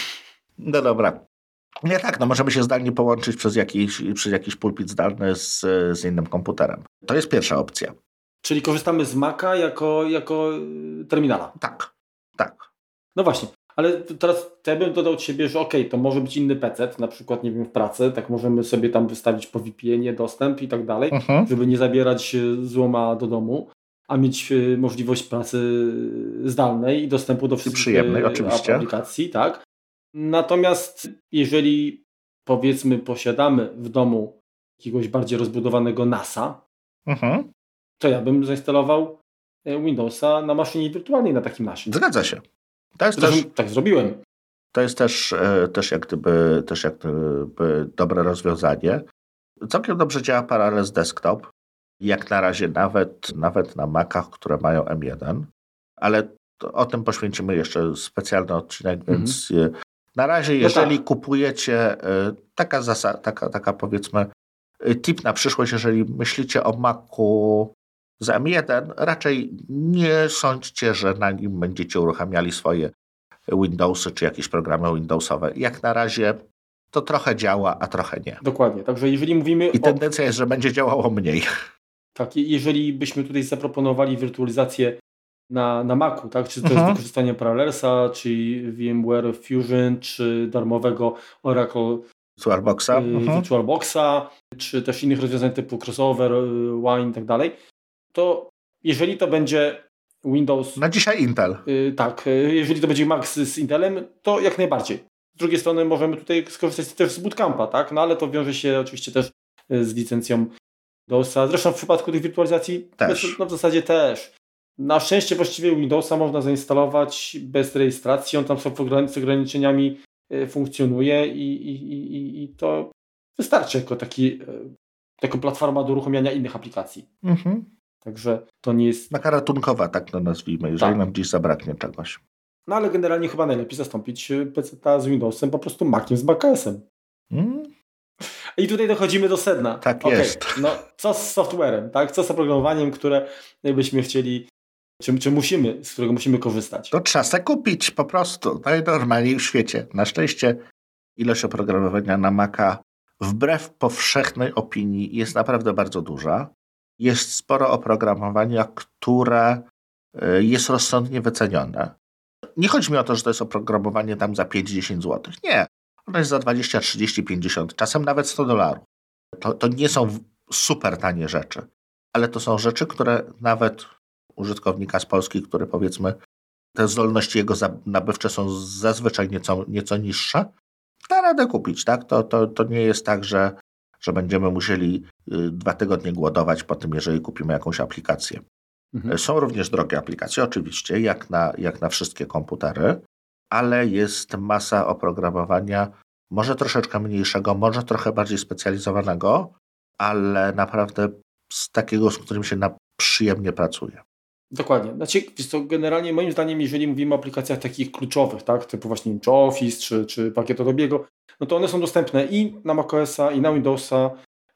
No dobra. Nie tak, no możemy się zdalnie połączyć przez jakiś, przez jakiś pulpit zdalny z, z innym komputerem. To jest pierwsza opcja. Czyli korzystamy z Maca jako, jako terminala. Tak, tak. No właśnie, ale teraz ja bym dodał od siebie, że okej, okay, to może być inny pecet, na przykład, nie wiem, w pracy, tak możemy sobie tam wystawić po V P N-ie dostęp i tak dalej, uh-huh. żeby nie zabierać złoma do domu, a mieć możliwość pracy zdalnej i dostępu do wszystkich przyjemnej, oczywiście. aplikacji, tak. Natomiast jeżeli, powiedzmy, posiadamy w domu jakiegoś bardziej rozbudowanego nasa, uh-huh. to ja bym zainstalował Windowsa na maszynie wirtualnej na takim nasie. Zgadza się. To jest Zresztą, też, tak zrobiłem. To jest też, też, jak gdyby, też jak gdyby dobre rozwiązanie. Całkiem dobrze działa Parallels Desktop. Jak na razie nawet, nawet na Macach, które mają M jeden. Ale to, o tym poświęcimy jeszcze specjalny odcinek, mm-hmm. więc na razie, jeżeli no tak. kupujecie taka zasada, taka, taka powiedzmy tip na przyszłość, jeżeli myślicie o Macu z M jeden, raczej nie sądźcie, że na nim będziecie uruchamiali swoje Windowsy czy jakieś programy Windowsowe. Jak na razie to trochę działa, a trochę nie. Dokładnie, także jeżeli mówimy I tendencja o... jest, że będzie działało mniej. Tak, jeżeli byśmy tutaj zaproponowali wirtualizację na, na Macu, tak, czy to mhm. jest wykorzystanie Parallelsa, czy VMware Fusion, czy darmowego Oracle VirtualBoxa, y, mhm. VirtualBoxa, czy też innych rozwiązań typu crossover, Wine i tak dalej, to jeżeli to będzie Windows... Na dzisiaj Intel. Y, tak, y, jeżeli to będzie Mac z, z Intelem, to jak najbardziej. Z drugiej strony możemy tutaj skorzystać też z Bootcampa, tak, no ale to wiąże się oczywiście też z licencją Windowsa. Zresztą w przypadku tych wirtualizacji też. No w zasadzie też. Na szczęście właściwie Windowsa można zainstalować bez rejestracji, on tam z ograniczeniami funkcjonuje i, i, i, i to wystarczy jako taki, jako platforma do uruchamiania innych aplikacji. Mhm. Także to nie jest... Taka ratunkowa, tak to nazwijmy, jeżeli tak. nam gdzieś zabraknie czegoś. No ale generalnie chyba najlepiej zastąpić peceta z Windowsem po prostu Maciem z macOSem. Mm. I tutaj dochodzimy do sedna. Tak okay. jest. No, co z softwarem, tak? Co z oprogramowaniem, które byśmy chcieli, czy, czy musimy, z którego musimy korzystać? To trzeba sobie kupić po prostu. Najnormalniej w świecie. Na szczęście ilość oprogramowania na Maca wbrew powszechnej opinii jest naprawdę bardzo duża. Jest sporo oprogramowania, które jest rozsądnie wycenione. Nie chodzi mi o to, że to jest oprogramowanie tam za pięć do dziesięciu złotych. Nie. Ono jest za dwadzieścia, trzydzieści, pięćdziesiąt, czasem nawet sto dolarów. To, to nie są super tanie rzeczy, ale to są rzeczy, które nawet użytkownika z Polski, który powiedzmy te zdolności jego nabywcze są zazwyczaj nieco, nieco niższe, da radę kupić. Tak? To, to, to nie jest tak, że, że będziemy musieli dwa tygodnie głodować po tym, jeżeli kupimy jakąś aplikację. Mhm. Są również drogie aplikacje, oczywiście, jak na, jak na wszystkie komputery, ale jest masa oprogramowania, może troszeczkę mniejszego, może trochę bardziej specjalizowanego, ale naprawdę z takiego, z którym się na przyjemnie pracuje. Dokładnie. Znaczy, to generalnie moim zdaniem, jeżeli mówimy o aplikacjach takich kluczowych, tak, typu właśnie czy Office, czy, czy pakiet Adobe'ego, no to one są dostępne i na macOSa, i na Windowsa,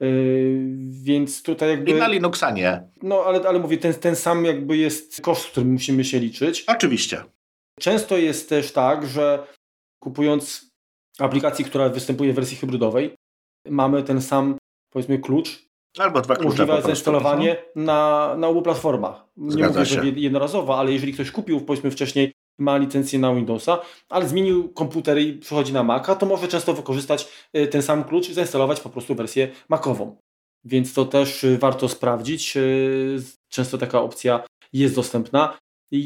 yy, więc tutaj jakby... I na Linuxa nie. No, ale, ale mówię, ten, ten sam jakby jest koszt, z którym musimy się liczyć. Oczywiście. Często jest też tak, że kupując aplikację, która występuje w wersji hybrydowej, mamy ten sam, powiedzmy, klucz. Albo dwa klucze. Umożliwia zainstalowanie na, na obu platformach. Zgadza Nie mówię, się. że jednorazowo, ale jeżeli ktoś kupił, powiedzmy wcześniej, ma licencję na Windowsa, ale zmienił komputer i przechodzi na Maca, to może często wykorzystać ten sam klucz i zainstalować po prostu wersję Macową. Więc to też warto sprawdzić. Często taka opcja jest dostępna.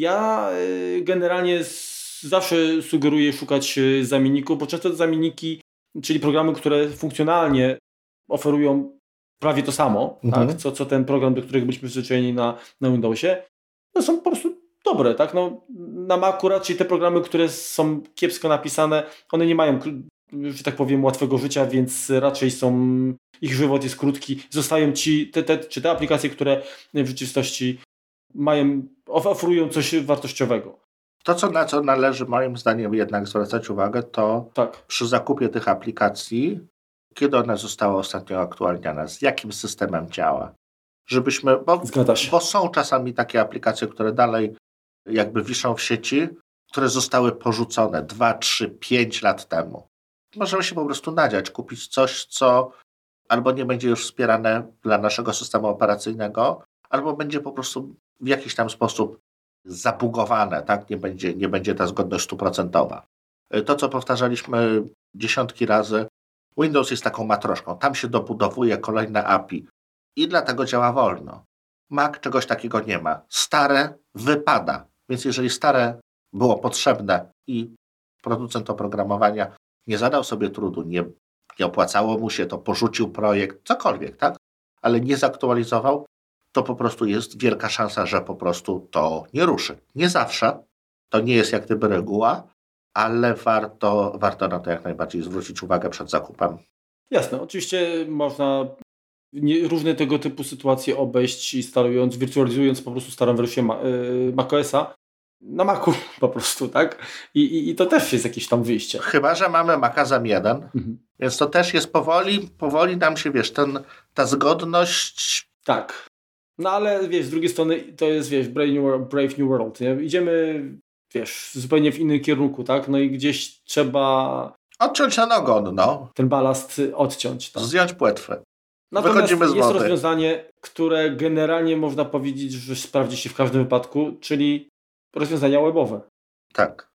Ja generalnie zawsze sugeruję szukać zamienników, bo często te zamienniki, czyli programy, które funkcjonalnie oferują prawie to samo, mhm. tak, co, co ten program, do którego byliśmy przyzwyczajeni na, na Windowsie, no są po prostu dobre. Tak? No, na Macu raczej te programy, które są kiepsko napisane, one nie mają, że tak powiem, łatwego życia, więc raczej są, ich żywot jest krótki. Zostają ci te, te, czy te aplikacje, które w rzeczywistości mają, oferują coś wartościowego. To, co, na co należy moim zdaniem jednak zwracać uwagę, to tak. przy zakupie tych aplikacji, kiedy one zostały ostatnio aktualniane, z jakim systemem działa. Żebyśmy, bo, bo są czasami takie aplikacje, które dalej jakby wiszą w sieci, które zostały porzucone dwa, trzy, pięć lat temu. Możemy się po prostu nadziać, kupić coś, co albo nie będzie już wspierane dla naszego systemu operacyjnego, albo będzie po prostu w jakiś tam sposób zabugowane, tak? Nie będzie, nie będzie ta zgodność stuprocentowa. To, co powtarzaliśmy dziesiątki razy, Windows jest taką matroszką. Tam się dobudowuje kolejne A P I i dlatego działa wolno. Mac czegoś takiego nie ma. Stare wypada. Więc jeżeli stare było potrzebne i producent oprogramowania nie zadał sobie trudu, nie, nie opłacało mu się to, porzucił projekt, cokolwiek, tak? Ale nie zaktualizował, to po prostu jest wielka szansa, że po prostu to nie ruszy. Nie zawsze. To nie jest jak gdyby reguła, ale warto, warto na to jak najbardziej zwrócić uwagę przed zakupem. Jasne, oczywiście można nie, różne tego typu sytuacje obejść, instalując, wirtualizując po prostu starą wersję Ma, yy, macOSa na Macu po prostu, tak? I, i, I to też jest jakieś tam wyjście. Chyba że mamy Maca zem jeden, mhm. Więc to też jest powoli, powoli nam się, wiesz, ten, ta zgodność... Tak. No ale wiesz, z drugiej strony to jest, wiesz, Brave New, Brave New World, nie? Idziemy, wiesz, zupełnie w innym kierunku, tak? No i gdzieś trzeba... Odciąć ten ogon, no. Ten balast odciąć. Tak? Zdjąć płetwę. Natomiast Wychodzimy z jest wody. rozwiązanie, które generalnie można powiedzieć, że sprawdzi się w każdym wypadku, czyli rozwiązania webowe. Tak.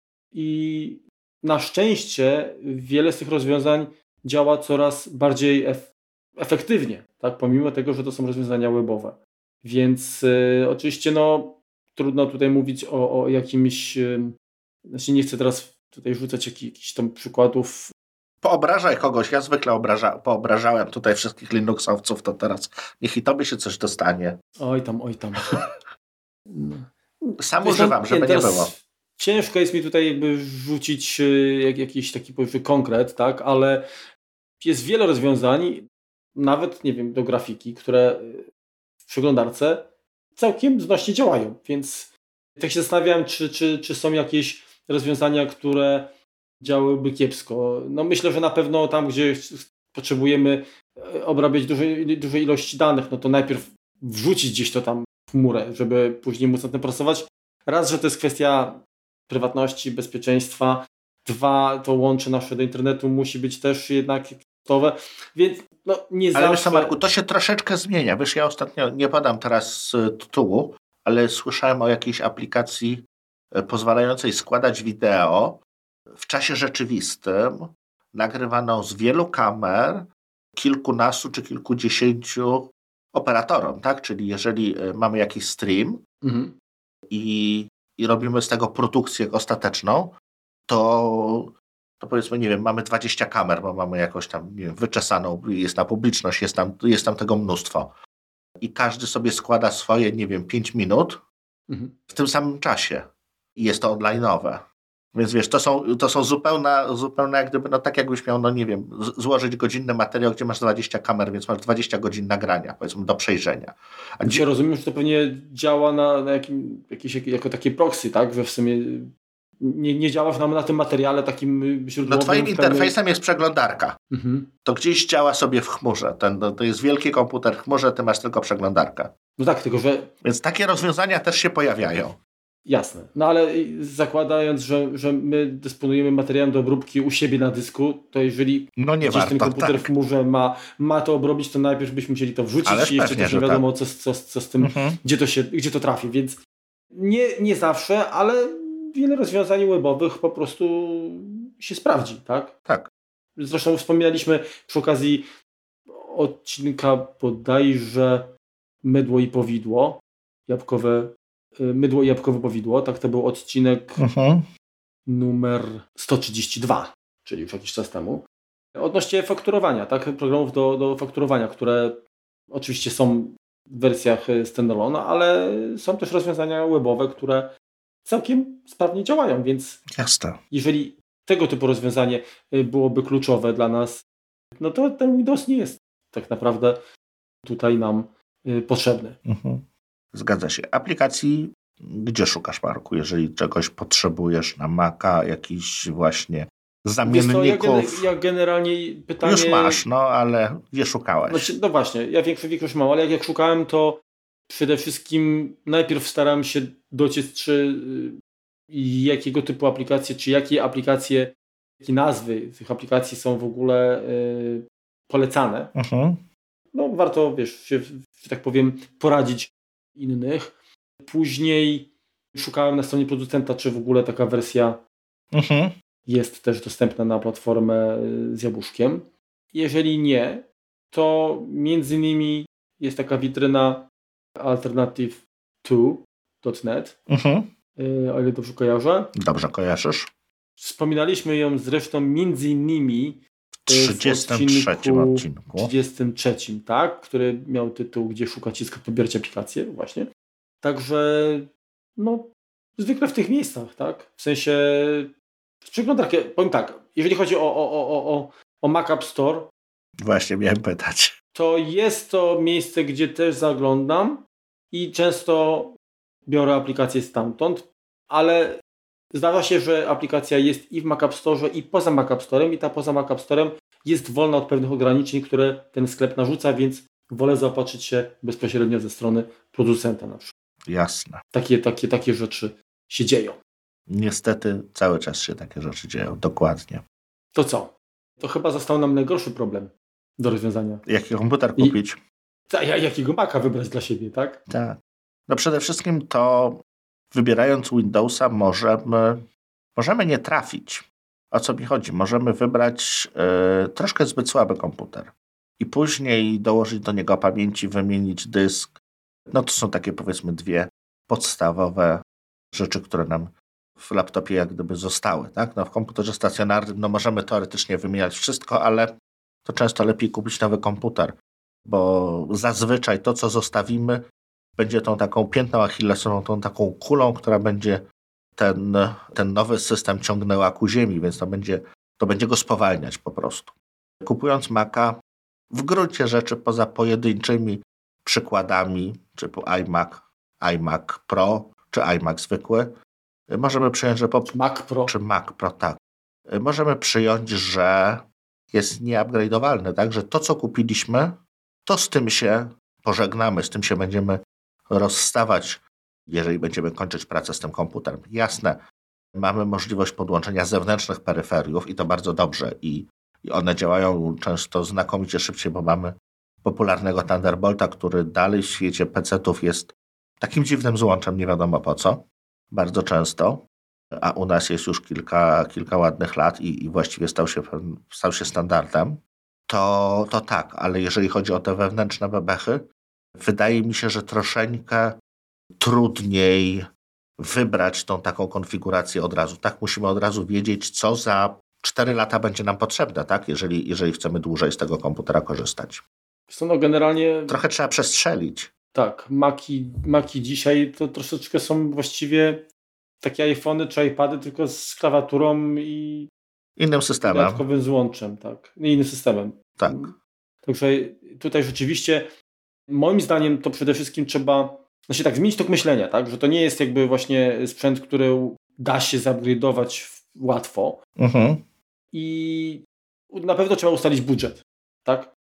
I na szczęście wiele z tych rozwiązań działa coraz bardziej ef- efektywnie, tak? Pomimo tego, że to są rozwiązania webowe. Więc y, oczywiście no, trudno tutaj mówić o, o jakimś... Y, znaczy nie chcę teraz tutaj rzucać jak, jakichś tam przykładów. Poobrażaj kogoś. Ja zwykle obraża, poobrażałem tutaj wszystkich Linuxowców, to teraz niech i tobie się coś dostanie. Oj tam, oj tam. Sam Wiesz, używam, żeby nie było. Ciężko jest mi tutaj jakby rzucić jak, jakiś taki powiedzmy konkret, tak, ale jest wiele rozwiązań, nawet nie wiem, do grafiki, które w przeglądarce całkiem znośnie działają, więc tak się zastanawiałem, czy, czy, czy są jakieś rozwiązania, które działałyby kiepsko. No myślę, że na pewno tam, gdzie potrzebujemy obrabiać duże, duże ilości danych, no to najpierw wrzucić gdzieś to tam w chmurę, żeby później móc nad tym pracować. Raz, że to jest kwestia prywatności, bezpieczeństwa. Dwa, to łącze nasze do internetu musi być też jednak gotowe, więc no nie ale zawsze... Ale wiesz co, Marku, to się troszeczkę zmienia. Wiesz, ja ostatnio, nie podam teraz tytułu, ale słyszałem o jakiejś aplikacji pozwalającej składać wideo w czasie rzeczywistym, nagrywaną z wielu kamer, kilkunastu czy kilkudziesięciu operatorom, tak? Czyli jeżeli mamy jakiś stream mhm. i, i robimy z tego produkcję ostateczną, to, to powiedzmy, nie wiem, mamy dwadzieścia kamer, bo mamy jakoś tam, nie wiem, wyczesaną, jest na publiczność, jest tam, jest tam tego mnóstwo. I każdy sobie składa swoje, nie wiem, pięć minut mhm. w tym samym czasie. I jest to online'owe. Więc wiesz, to są, to są zupełna, zupełna jak gdyby, no tak jakbyś miał, no nie wiem, z- złożyć godzinny materiał, gdzie masz dwadzieścia kamer, więc masz dwadzieścia godzin nagrania, powiedzmy, do przejrzenia. A dzisiaj rozumiem, że to pewnie działa na, na jakim, jakieś, jako takie proxy, tak? Że w sumie nie, nie działasz na, na tym materiale takim źródłowym. No twoim interfejsem jest przeglądarka. Mhm. To gdzieś działa sobie w chmurze. Ten, to jest wielki komputer w chmurze, ty masz tylko przeglądarkę. No tak, tylko że... Więc takie rozwiązania też się pojawiają. Jasne. No ale zakładając, że, że my dysponujemy materiałem do obróbki u siebie na dysku, to jeżeli no nie gdzieś warto, ten komputer tak. w chmurze ma, ma to obrobić, to najpierw byśmy musieli to wrzucić Ależ i jeszcze pewnie, też nie wiadomo, tak. co, co, co z tym, mhm. gdzie, to się, gdzie to trafi. Więc nie, nie zawsze, ale wiele rozwiązań webowych po prostu się sprawdzi, tak? Tak. Zresztą wspominaliśmy przy okazji odcinka bodajże Mydło i powidło, jabłkowe Mydło i jabłkowe powidło, tak to był odcinek uh-huh. numer sto trzydzieści dwa, czyli już jakiś czas temu. Odnośnie fakturowania, tak, programów do, do fakturowania, które oczywiście są w wersjach standalone, ale są też rozwiązania webowe, które całkiem sprawnie działają, więc Jasne. Jeżeli tego typu rozwiązanie byłoby kluczowe dla nas, no to ten Windows nie jest tak naprawdę tutaj nam potrzebny. Uh-huh. Zgadza się. Aplikacji, gdzie szukasz, Marku, jeżeli czegoś potrzebujesz na Maca, jakichś właśnie zamienników? Wiesz co, ja, gen- ja generalnie pytanie... Już masz, no ale gdzie szukałeś? Znaczy, no właśnie, ja większość, większość mam, ale jak, jak szukałem, to przede wszystkim najpierw starałem się dociec, czy jakiego typu aplikacje, czy jakie aplikacje, jakie nazwy tych aplikacji są w ogóle y, polecane. Uh-huh. No warto, wiesz, się, że tak powiem, poradzić innych. Później szukałem na stronie producenta, czy w ogóle taka wersja uh-huh. jest też dostępna na platformę z jabłuszkiem. Jeżeli nie, to między innymi jest taka witryna alternative to kropka net, uh-huh. o ile dobrze kojarzę. Dobrze kojarzysz. Wspominaliśmy ją zresztą między innymi w trzydziestym trzecim odcinku. trzydziestym trzecim, tak, który miał tytuł Gdzie szukać i skąd pobierać aplikacje, właśnie. Także no zwykle w tych miejscach, tak? W sensie w przeglądarkę, powiem tak, jeżeli chodzi o, o, o, o, o Mac App Store. Właśnie miałem pytać. To jest to miejsce, gdzie też zaglądam i często biorę aplikację stamtąd, ale zdarza się, że aplikacja jest i w Mac App Store, i poza Mac App Storem, i ta poza Mac App Storem jest wolna od pewnych ograniczeń, które ten sklep narzuca, więc wolę zaopatrzyć się bezpośrednio ze strony producenta na przykład. Jasne. Takie, takie, takie rzeczy się dzieją. Niestety cały czas się takie rzeczy dzieją, dokładnie. To co? To chyba został nam najgorszy problem do rozwiązania. Jaki komputer kupić? I, a jakiego Maca wybrać dla siebie, tak? Tak. No przede wszystkim to wybierając Windowsa możemy, możemy nie trafić. O co mi chodzi? Możemy wybrać yy, troszkę zbyt słaby komputer i później dołożyć do niego pamięci, wymienić dysk. No to są takie powiedzmy dwie podstawowe rzeczy, które nam w laptopie jak gdyby zostały. Tak? No w komputerze stacjonarnym no możemy teoretycznie wymieniać wszystko, ale to często lepiej kupić nowy komputer, bo zazwyczaj to, co zostawimy, będzie tą taką piętną achillesową, tą taką kulą, która będzie ten, ten nowy system ciągnęła ku ziemi, więc to będzie, to będzie go spowalniać po prostu. Kupując Maca, w gruncie rzeczy poza pojedynczymi przykładami, typu iMac, iMac Pro, czy iMac zwykły, możemy przyjąć, że po... Mac Pro. Czy Mac Pro, tak. Możemy przyjąć, że jest nieupgrade'owalny, tak? Że to, co kupiliśmy, to z tym się pożegnamy, z tym się będziemy rozstawać, jeżeli będziemy kończyć pracę z tym komputerem. Jasne, mamy możliwość podłączenia zewnętrznych peryferiów i to bardzo dobrze i i one działają często znakomicie szybciej, bo mamy popularnego Thunderbolta, który dalej w świecie pecetów jest takim dziwnym złączem, nie wiadomo po co, bardzo często, a u nas jest już kilka, kilka ładnych lat i, i właściwie stał się, stał się standardem, to, to tak, ale jeżeli chodzi o te wewnętrzne bebechy, wydaje mi się, że troszeczkę trudniej wybrać tą taką konfigurację od razu. Tak, musimy od razu wiedzieć, co za cztery lata będzie nam potrzebne, tak, jeżeli, jeżeli chcemy dłużej z tego komputera korzystać. No generalnie... Trochę trzeba przestrzelić. Tak, Maki, Maki dzisiaj to troszeczkę są właściwie takie iPhony czy iPady, tylko z klawiaturą i innym systemem. Dodatkowym złączem, tak. I innym systemem. Tak. Także tutaj rzeczywiście moim zdaniem to przede wszystkim trzeba, znaczy tak, zmienić tok myślenia, tak, że to nie jest jakby właśnie sprzęt, który da się zupgrade'ować łatwo. Mhm. I na pewno trzeba ustalić budżet, tak?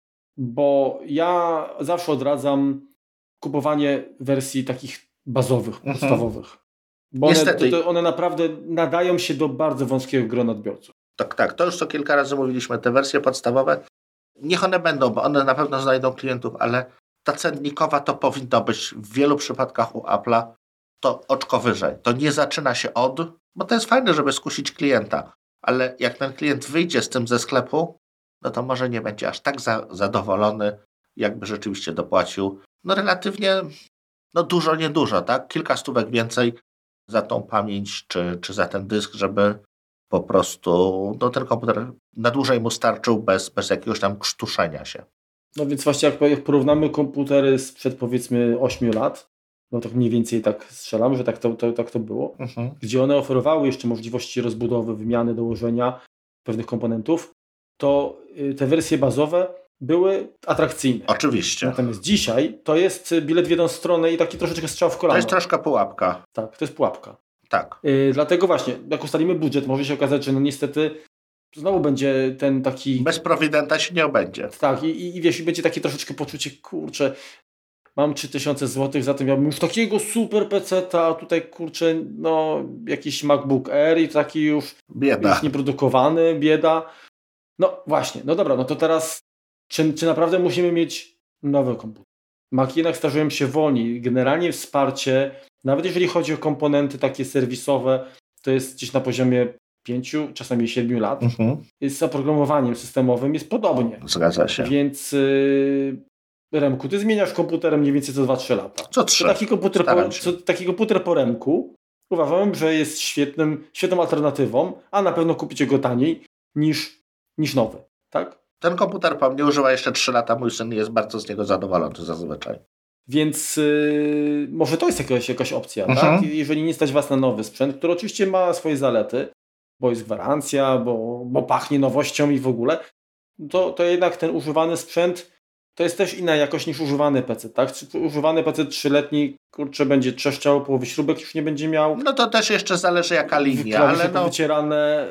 Bo ja zawsze odradzam kupowanie wersji takich bazowych, mhm. podstawowych. Bo one, to, to one naprawdę nadają się do bardzo wąskiego grona odbiorców. Tak, tak. To już to kilka razy mówiliśmy. Te wersje podstawowe, niech one będą, bo one na pewno znajdą klientów, ale ta cennikowa to powinno być w wielu przypadkach u Apple'a to oczko wyżej. To nie zaczyna się od, bo to jest fajne, żeby skusić klienta, ale jak ten klient wyjdzie z tym ze sklepu, no to może nie będzie aż tak za, zadowolony, jakby rzeczywiście dopłacił. No relatywnie, no dużo, niedużo, tak? Kilka stówek więcej za tą pamięć, czy, czy za ten dysk, żeby po prostu no, ten komputer na dłużej mu starczył bez, bez jakiegoś tam krztuszenia się. No więc właśnie jak porównamy komputery sprzed powiedzmy ośmiu lat, no to mniej więcej tak strzelam, że tak to, to, tak to było, mhm. gdzie one oferowały jeszcze możliwości rozbudowy, wymiany, dołożenia pewnych komponentów, to te wersje bazowe były atrakcyjne. Oczywiście. Natomiast dzisiaj to jest bilet w jedną stronę i taki troszeczkę strzał w kolano. To jest troszkę pułapka. Tak, to jest pułapka. Tak. Yy, dlatego właśnie, jak ustalimy budżet, może się okazać, że no niestety znowu będzie ten taki... Bez prowidenta się nie obędzie. Tak, i, i, i wiesz, i będzie takie troszeczkę poczucie, kurczę, mam trzy tysiące złotych, za tym miałbym już takiego super peceta, a tutaj kurczę, no jakiś MacBook Air i taki już, bieda. już nieprodukowany, bieda. No właśnie, no dobra, no to teraz czy, czy naprawdę musimy mieć nowy komputer? Maki jednak starzeją się wolniej. Generalnie wsparcie, nawet jeżeli chodzi o komponenty takie serwisowe, to jest gdzieś na poziomie pięciu, czasami siedmiu lat. Mhm. Z zaprogramowaniem systemowym jest podobnie. Zgadza się. Więc yy, Remku, ty zmieniasz komputer mniej więcej co dwa trzy lata. Co trzy. Taki komputer, po, co, taki komputer po Remku uważam, że jest świetnym, świetną alternatywą, a na pewno kupicie go taniej niż, niż nowy. Tak? Ten komputer po mnie używa jeszcze trzy lata, mój syn jest bardzo z niego zadowolony zazwyczaj. Więc yy, może to jest jakaś, jakaś opcja, mhm. tak? Jeżeli nie stać was na nowy sprzęt, który oczywiście ma swoje zalety, bo jest gwarancja, bo, bo pachnie nowością i w ogóle, to, to jednak ten używany sprzęt to jest też inna jakość niż używany P C, tak? Używany P C trzyletni, kurczę, będzie trzeszczał, połowy śrubek już nie będzie miał. No to też jeszcze zależy jaka linia, ale no... wycierane,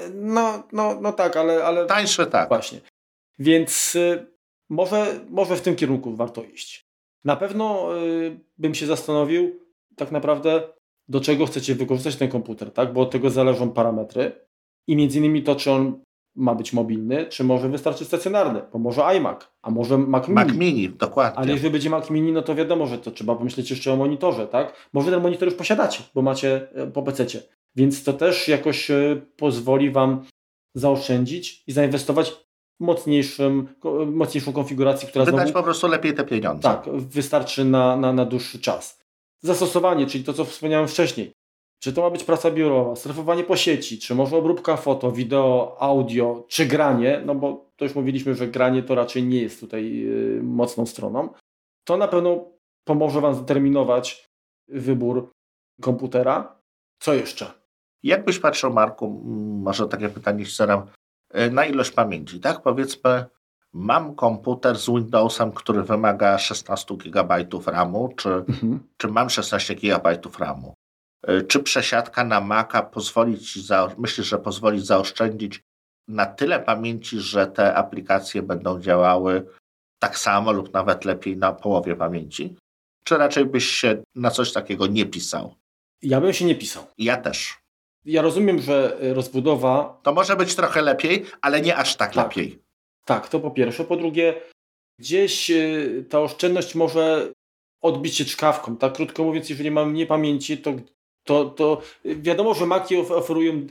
no, no, no tak, ale... ale tańsze tak. Właśnie. Więc y, może, może w tym kierunku warto iść. Na pewno y, bym się zastanowił tak naprawdę, do czego chcecie wykorzystać ten komputer, tak? Bo od tego zależą parametry i między innymi to, czy on ma być mobilny, czy może wystarczy stacjonarny, bo może iMac, a może Mac Mini. Mac Mini, dokładnie. Ale jeżeli będzie Mac Mini, no to wiadomo, że to trzeba pomyśleć jeszcze o monitorze, tak? Może ten monitor już posiadacie, bo macie po pececie. Więc to też jakoś y, pozwoli wam zaoszczędzić i zainwestować w mocniejszym, mocniejszą konfigurację, która wydać znowu, po prostu lepiej te pieniądze. Tak, wystarczy na, na, na dłuższy czas. Zastosowanie, czyli to, co wspomniałem wcześniej. Czy to ma być praca biurowa, surfowanie po sieci, czy może obróbka foto, wideo, audio, czy granie, no bo to już mówiliśmy, że granie to raczej nie jest tutaj yy, mocną stroną. To na pewno pomoże wam zdeterminować wybór komputera. Co jeszcze? Jak byś patrzył, Marku, może takie pytanie się zadam, na ilość pamięci, tak? Powiedzmy, mam komputer z Windowsem, który wymaga szesnaście gigabajtów ramu, czy, mhm. czy mam szesnaście gigabajtów ramu? Czy przesiadka na Maca pozwoli ci, za, myślisz, że pozwoli zaoszczędzić na tyle pamięci, że te aplikacje będą działały tak samo lub nawet lepiej na połowie pamięci? Czy raczej byś się na coś takiego nie pisał? Ja bym się nie pisał. Ja też. ja rozumiem, że rozbudowa... To może być trochę lepiej, ale nie aż tak, tak lepiej. Tak, to po pierwsze. Po drugie, gdzieś ta oszczędność może odbić się czkawką. Tak krótko mówiąc, jeżeli mam mniej pamięci, to, to, to wiadomo, że Maki oferują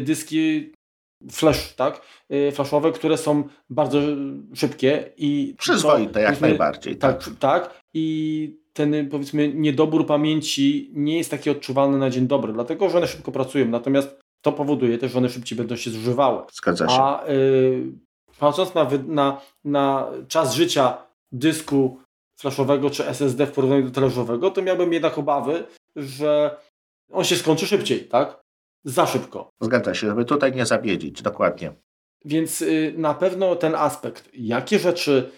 dyski flash, tak? Flashowe, które są bardzo szybkie i przyzwoite, to, jak najbardziej. Tak, tak, tak. I ten, powiedzmy, niedobór pamięci nie jest taki odczuwalny na dzień dobry, dlatego że one szybko pracują. Natomiast to powoduje też, że one szybciej będą się zużywały. Zgadza się. A y, patrząc na, na, na czas życia dysku flashowego czy S S D w porównaniu do talerzowego, to miałbym jednak obawy, że on się skończy szybciej, tak? Za szybko. Zgadza się, żeby tutaj nie zawiedzić, dokładnie. Więc y, na pewno ten aspekt, jakie rzeczy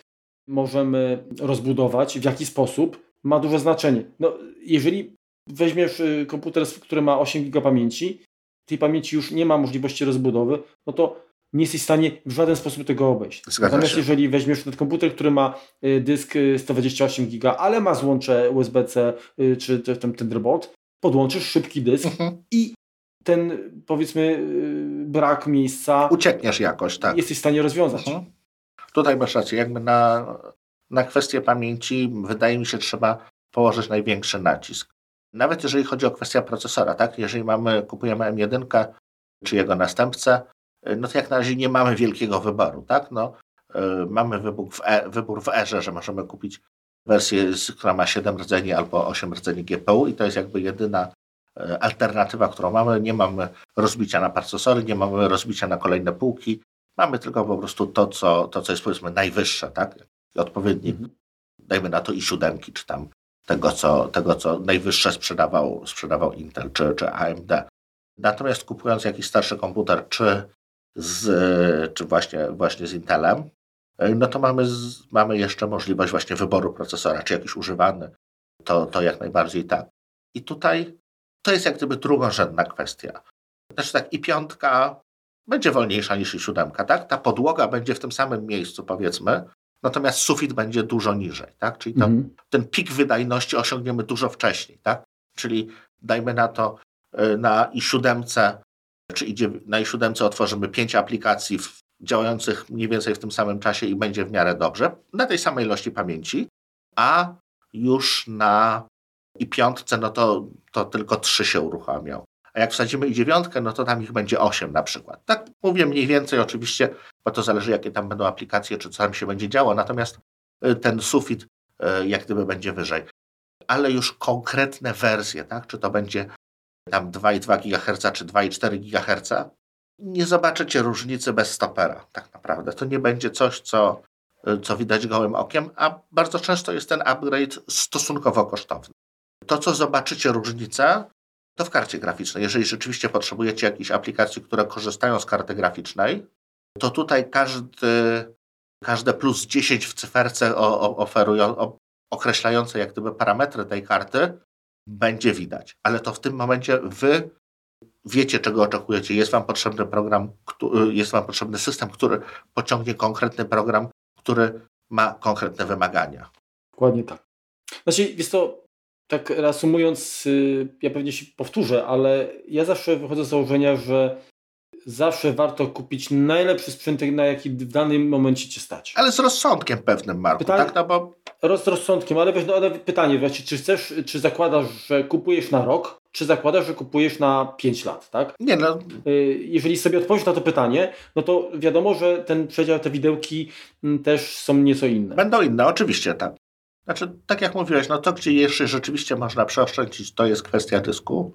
możemy rozbudować, w jaki sposób, ma duże znaczenie. No, jeżeli weźmiesz y, komputer, który ma osiem giga pamięci, tej pamięci już nie ma możliwości rozbudowy, no to nie jesteś w stanie w żaden sposób tego obejść. Zgadza Natomiast się. jeżeli weźmiesz ten komputer, który ma y, dysk y, sto dwadzieścia osiem giga, ale ma złącze U S B C y, czy ten Thunderbolt, podłączysz szybki dysk mhm. i ten, powiedzmy, y, brak miejsca... Uciekniesz jakoś, tak. Jesteś w stanie rozwiązać. Mhm. Tutaj masz rację, jakby na, na kwestię pamięci wydaje mi się trzeba położyć największy nacisk. Nawet jeżeli chodzi o kwestię procesora, tak? Jeżeli mamy, kupujemy M jeden czy jego następcę, no to jak na razie nie mamy wielkiego wyboru, tak? No, yy, mamy wybór w, e, wybór w erze, że możemy kupić wersję, która ma siedem rdzeni albo osiem rdzeni G P U i to jest jakby jedyna yy, alternatywa, którą mamy. Nie mamy rozbicia na procesory, nie mamy rozbicia na kolejne półki. Mamy tylko po prostu to, co, to, co jest powiedzmy najwyższe, tak? I odpowiednik, mhm. dajmy na to i siódemki, czy tam tego, co, tego, co najwyższe sprzedawał, sprzedawał Intel, czy, czy A M D. Natomiast kupując jakiś starszy komputer, czy, z, czy właśnie, właśnie z Intelem, no to mamy, z, mamy jeszcze możliwość właśnie wyboru procesora, czy jakiś używany, to, to jak najbardziej tak. I tutaj to jest jak gdyby drugorzędna kwestia. Znaczy tak, i piątka będzie wolniejsza niż i siódemka, tak? Ta podłoga będzie w tym samym miejscu, powiedzmy, natomiast sufit będzie dużo niżej, tak? Czyli to, mhm. ten pik wydajności osiągniemy dużo wcześniej, tak? Czyli dajmy na to, na i siódemce, czy na i siódemce otworzymy pięć aplikacji w, działających mniej więcej w tym samym czasie i będzie w miarę dobrze, na tej samej ilości pamięci, a już na i piątce, no to, to tylko trzy się uruchamią. A jak wsadzimy i dziewiątkę, no to tam ich będzie osiem na przykład. Tak mówię mniej więcej oczywiście, bo to zależy jakie tam będą aplikacje, czy co tam się będzie działo, natomiast ten sufit jak gdyby będzie wyżej. Ale już konkretne wersje, tak? Czy to będzie tam dwa i dwa gigaherca, czy dwa i cztery gigaherca, nie zobaczycie różnicy bez stopera tak naprawdę. To nie będzie coś, co, co widać gołym okiem, a bardzo często jest ten upgrade stosunkowo kosztowny. To, co zobaczycie różnicę, to w karcie graficznej. Jeżeli rzeczywiście potrzebujecie jakiejś aplikacji, które korzystają z karty graficznej, to tutaj każdy, każde plus dziesięć w cyferce o, o, oferują, o, określające jak gdyby parametry tej karty, będzie widać. Ale to w tym momencie wy wiecie, czego oczekujecie. Jest wam potrzebny program, jest wam potrzebny system, który pociągnie konkretny program, który ma konkretne wymagania. Dokładnie tak. Znaczy, jest to, tak reasumując, ja pewnie się powtórzę, ale ja zawsze wychodzę z założenia, że zawsze warto kupić najlepszy sprzęt, na jaki w danym momencie cię stać. Ale z rozsądkiem pewnym, Marku, Pytanie, tak? No bo... Roz, rozsądkiem, ale, weź, no, ale pytanie właśnie, czy chcesz, czy zakładasz, że kupujesz na rok, czy zakładasz, że kupujesz na pięć lat, tak? Nie no. Jeżeli sobie odpowiesz na to pytanie, no to wiadomo, że ten przedział, te widełki też są nieco inne. Będą inne, oczywiście, tak. Znaczy, tak jak mówiłeś, no to gdzie jeszcze rzeczywiście można przeoszczędzić, to jest kwestia dysku,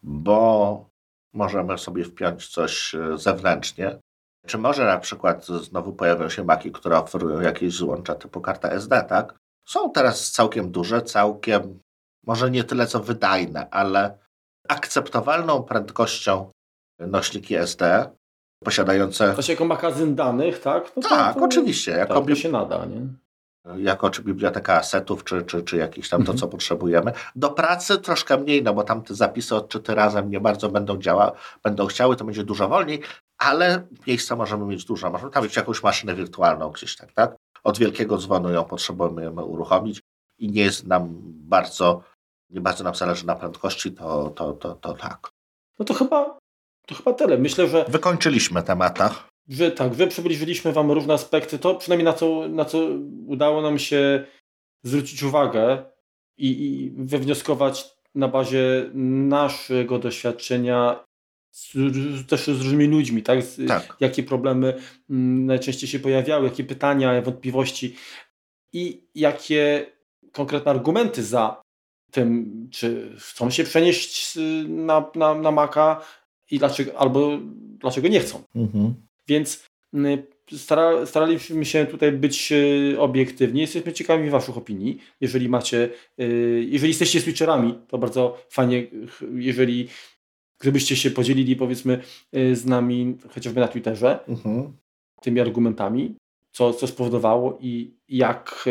bo możemy sobie wpiąć coś zewnętrznie. Czy może na przykład znowu pojawią się Maki, które oferują jakieś złącza typu karta S D, tak? Są teraz całkiem duże, całkiem, może nie tyle co wydajne, ale akceptowalną prędkością nośniki S D posiadające... To się jako magazyn danych, tak? No tak, to, to, oczywiście. Jako tak, to się nada, nie? Jako czy biblioteka asetów, czy, czy, czy jakieś tam to, co potrzebujemy. Do pracy troszkę mniej, no bo tam te zapisy odczyty razem nie bardzo będą działały, będą chciały, to będzie dużo wolniej, ale miejsca możemy mieć dużo. Możemy tam mieć jakąś maszynę wirtualną gdzieś tak, tak? Od wielkiego dzwonu ją potrzebujemy uruchomić i nie jest nam bardzo, nie bardzo nam zależy na prędkości, to, to, to, to tak. No to chyba to chyba tyle. Myślę, że... Wykończyliśmy temata. Że tak, że przybliżyliśmy wam różne aspekty. To przynajmniej na co, na co udało nam się zwrócić uwagę i, i wywnioskować na bazie naszego doświadczenia z, też z różnymi ludźmi, tak? Z, tak. Jakie problemy m, najczęściej się pojawiały, jakie pytania, wątpliwości i jakie konkretne argumenty za tym, czy chcą się przenieść na, na, na Maca i dlaczego, albo dlaczego nie chcą. Mhm. Więc stara, staraliśmy się tutaj być obiektywni. Jesteśmy ciekawi waszych opinii. Jeżeli macie, jeżeli jesteście switcherami, to bardzo fajnie, jeżeli gdybyście się podzielili, powiedzmy, z nami chociażby na Twitterze mhm. tymi argumentami, co, co spowodowało i jak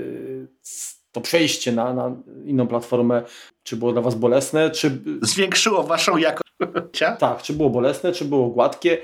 to przejście na, na inną platformę, czy było dla was bolesne, czy... Zwiększyło waszą jakość. Tak, czy było bolesne, czy było gładkie,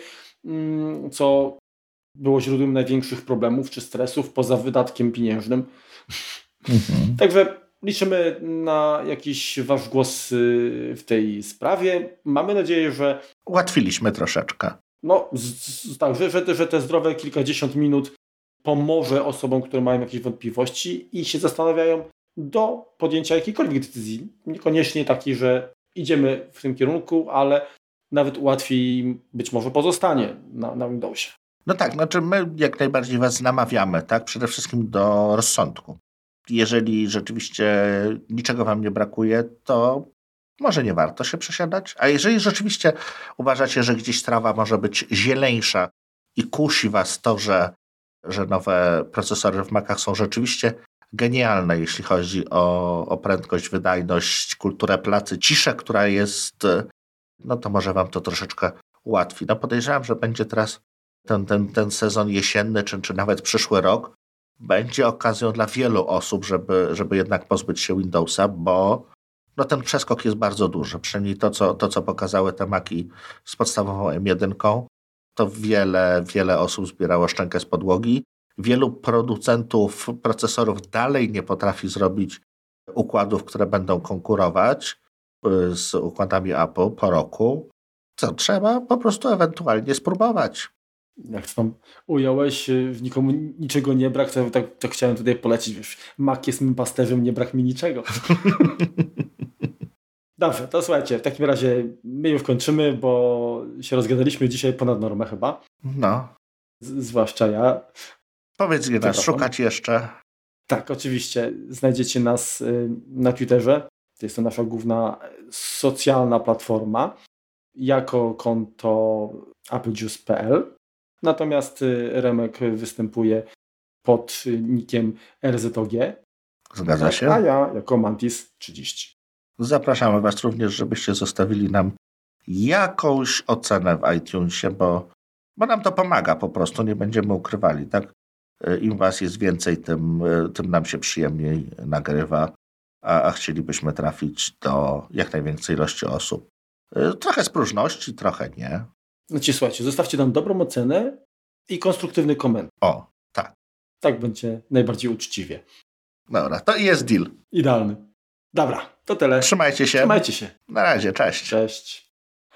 co było źródłem największych problemów czy stresów poza wydatkiem pieniężnym. Mhm. Także liczymy na jakiś wasz głos w tej sprawie. Mamy nadzieję, że... Ułatwiliśmy troszeczkę. No, z, z, tak, że, że, że te zdrowe kilkadziesiąt minut pomoże osobom, które mają jakieś wątpliwości i się zastanawiają do podjęcia jakiejkolwiek decyzji. Niekoniecznie takiej, że idziemy w tym kierunku, ale nawet ułatwi im być może pozostanie na, na Windowsie. No tak, znaczy my jak najbardziej was namawiamy, tak? Przede wszystkim do rozsądku. Jeżeli rzeczywiście niczego wam nie brakuje, to może nie warto się przesiadać. A jeżeli rzeczywiście uważacie, że gdzieś trawa może być zieleńsza i kusi was to, że, że nowe procesory w Macach są rzeczywiście genialne, jeśli chodzi o, o prędkość, wydajność, kulturę pracy, ciszę, która jest, no to może wam to troszeczkę ułatwi. No podejrzewam, że będzie teraz ten, ten, ten sezon jesienny, czy, czy nawet przyszły rok, będzie okazją dla wielu osób, żeby, żeby jednak pozbyć się Windowsa, bo no ten przeskok jest bardzo duży. Przynajmniej to, co, to, co pokazały te Maci z podstawową M jeden, to wiele, wiele osób zbierało szczękę z podłogi. Wielu producentów procesorów dalej nie potrafi zrobić układów, które będą konkurować z układami Apple po roku. Co trzeba po prostu ewentualnie spróbować. Jak to tam ująłeś, w nikomu niczego nie brak, to, tak, to chciałem tutaj polecić. Wiesz, Mac jest mym pasterzem, nie brak mi niczego. Dobrze, to słuchajcie, w takim razie my już kończymy, bo się rozgadaliśmy dzisiaj ponad normę chyba. No. Z, zwłaszcza ja. Powiedz je nas, szukać jeszcze. Tak, oczywiście. Znajdziecie nas na Twitterze. To jest to nasza główna socjalna platforma. Jako konto applejuice kropka p l. Natomiast Remek występuje pod nickiem R Z O G. Zgadza się. A ja jako Mantis trzydzieści. Zapraszamy was również, żebyście zostawili nam jakąś ocenę w iTunesie, bo, bo nam to pomaga po prostu, nie będziemy ukrywali, tak? Im was jest więcej, tym, tym nam się przyjemniej nagrywa, a, a chcielibyśmy trafić do jak największej ilości osób. Trochę z próżności, trochę nie. Znaczy, słuchajcie, zostawcie nam dobrą ocenę i konstruktywny komentarz. O, tak. Tak będzie najbardziej uczciwie. Dobra, to jest deal. Idealny. Dobra, to tyle. Trzymajcie się. Trzymajcie się. Na razie, cześć. Cześć.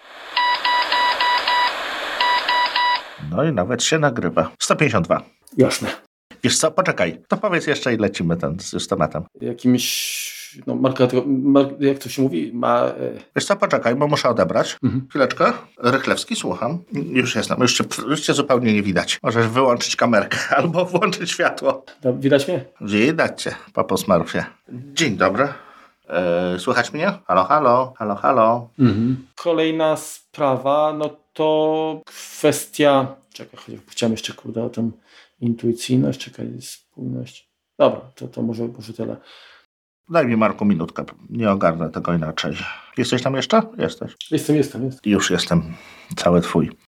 No i nawet się nagrywa. sto pięćdziesiąt dwa. Jasne. Wiesz co, poczekaj. To powiedz jeszcze i lecimy ten, z tematem. Jakimś, no marka, mar, jak to się mówi? Ma... Wiesz co, poczekaj, bo muszę odebrać. Mhm. Chwileczkę. Rychlewski, słucham. Już jestem. Już cię, już cię zupełnie nie widać. Możesz wyłączyć kamerkę albo włączyć światło. To widać mnie? Widać cię, papo Smurfie. Dzień dobry. Eee, słychać mnie? Halo, halo, halo, halo. Mhm. Kolejna sprawa, no to kwestia... Czekaj, chciałem jeszcze, kurde, o tym intuicyjność, czekaj, spójność. Dobra, to, to może, może tyle. Daj mi, Marku, minutkę. Nie ogarnę tego inaczej. Jesteś tam jeszcze? Jesteś. Jestem, jestem, jestem. Już jestem cały twój.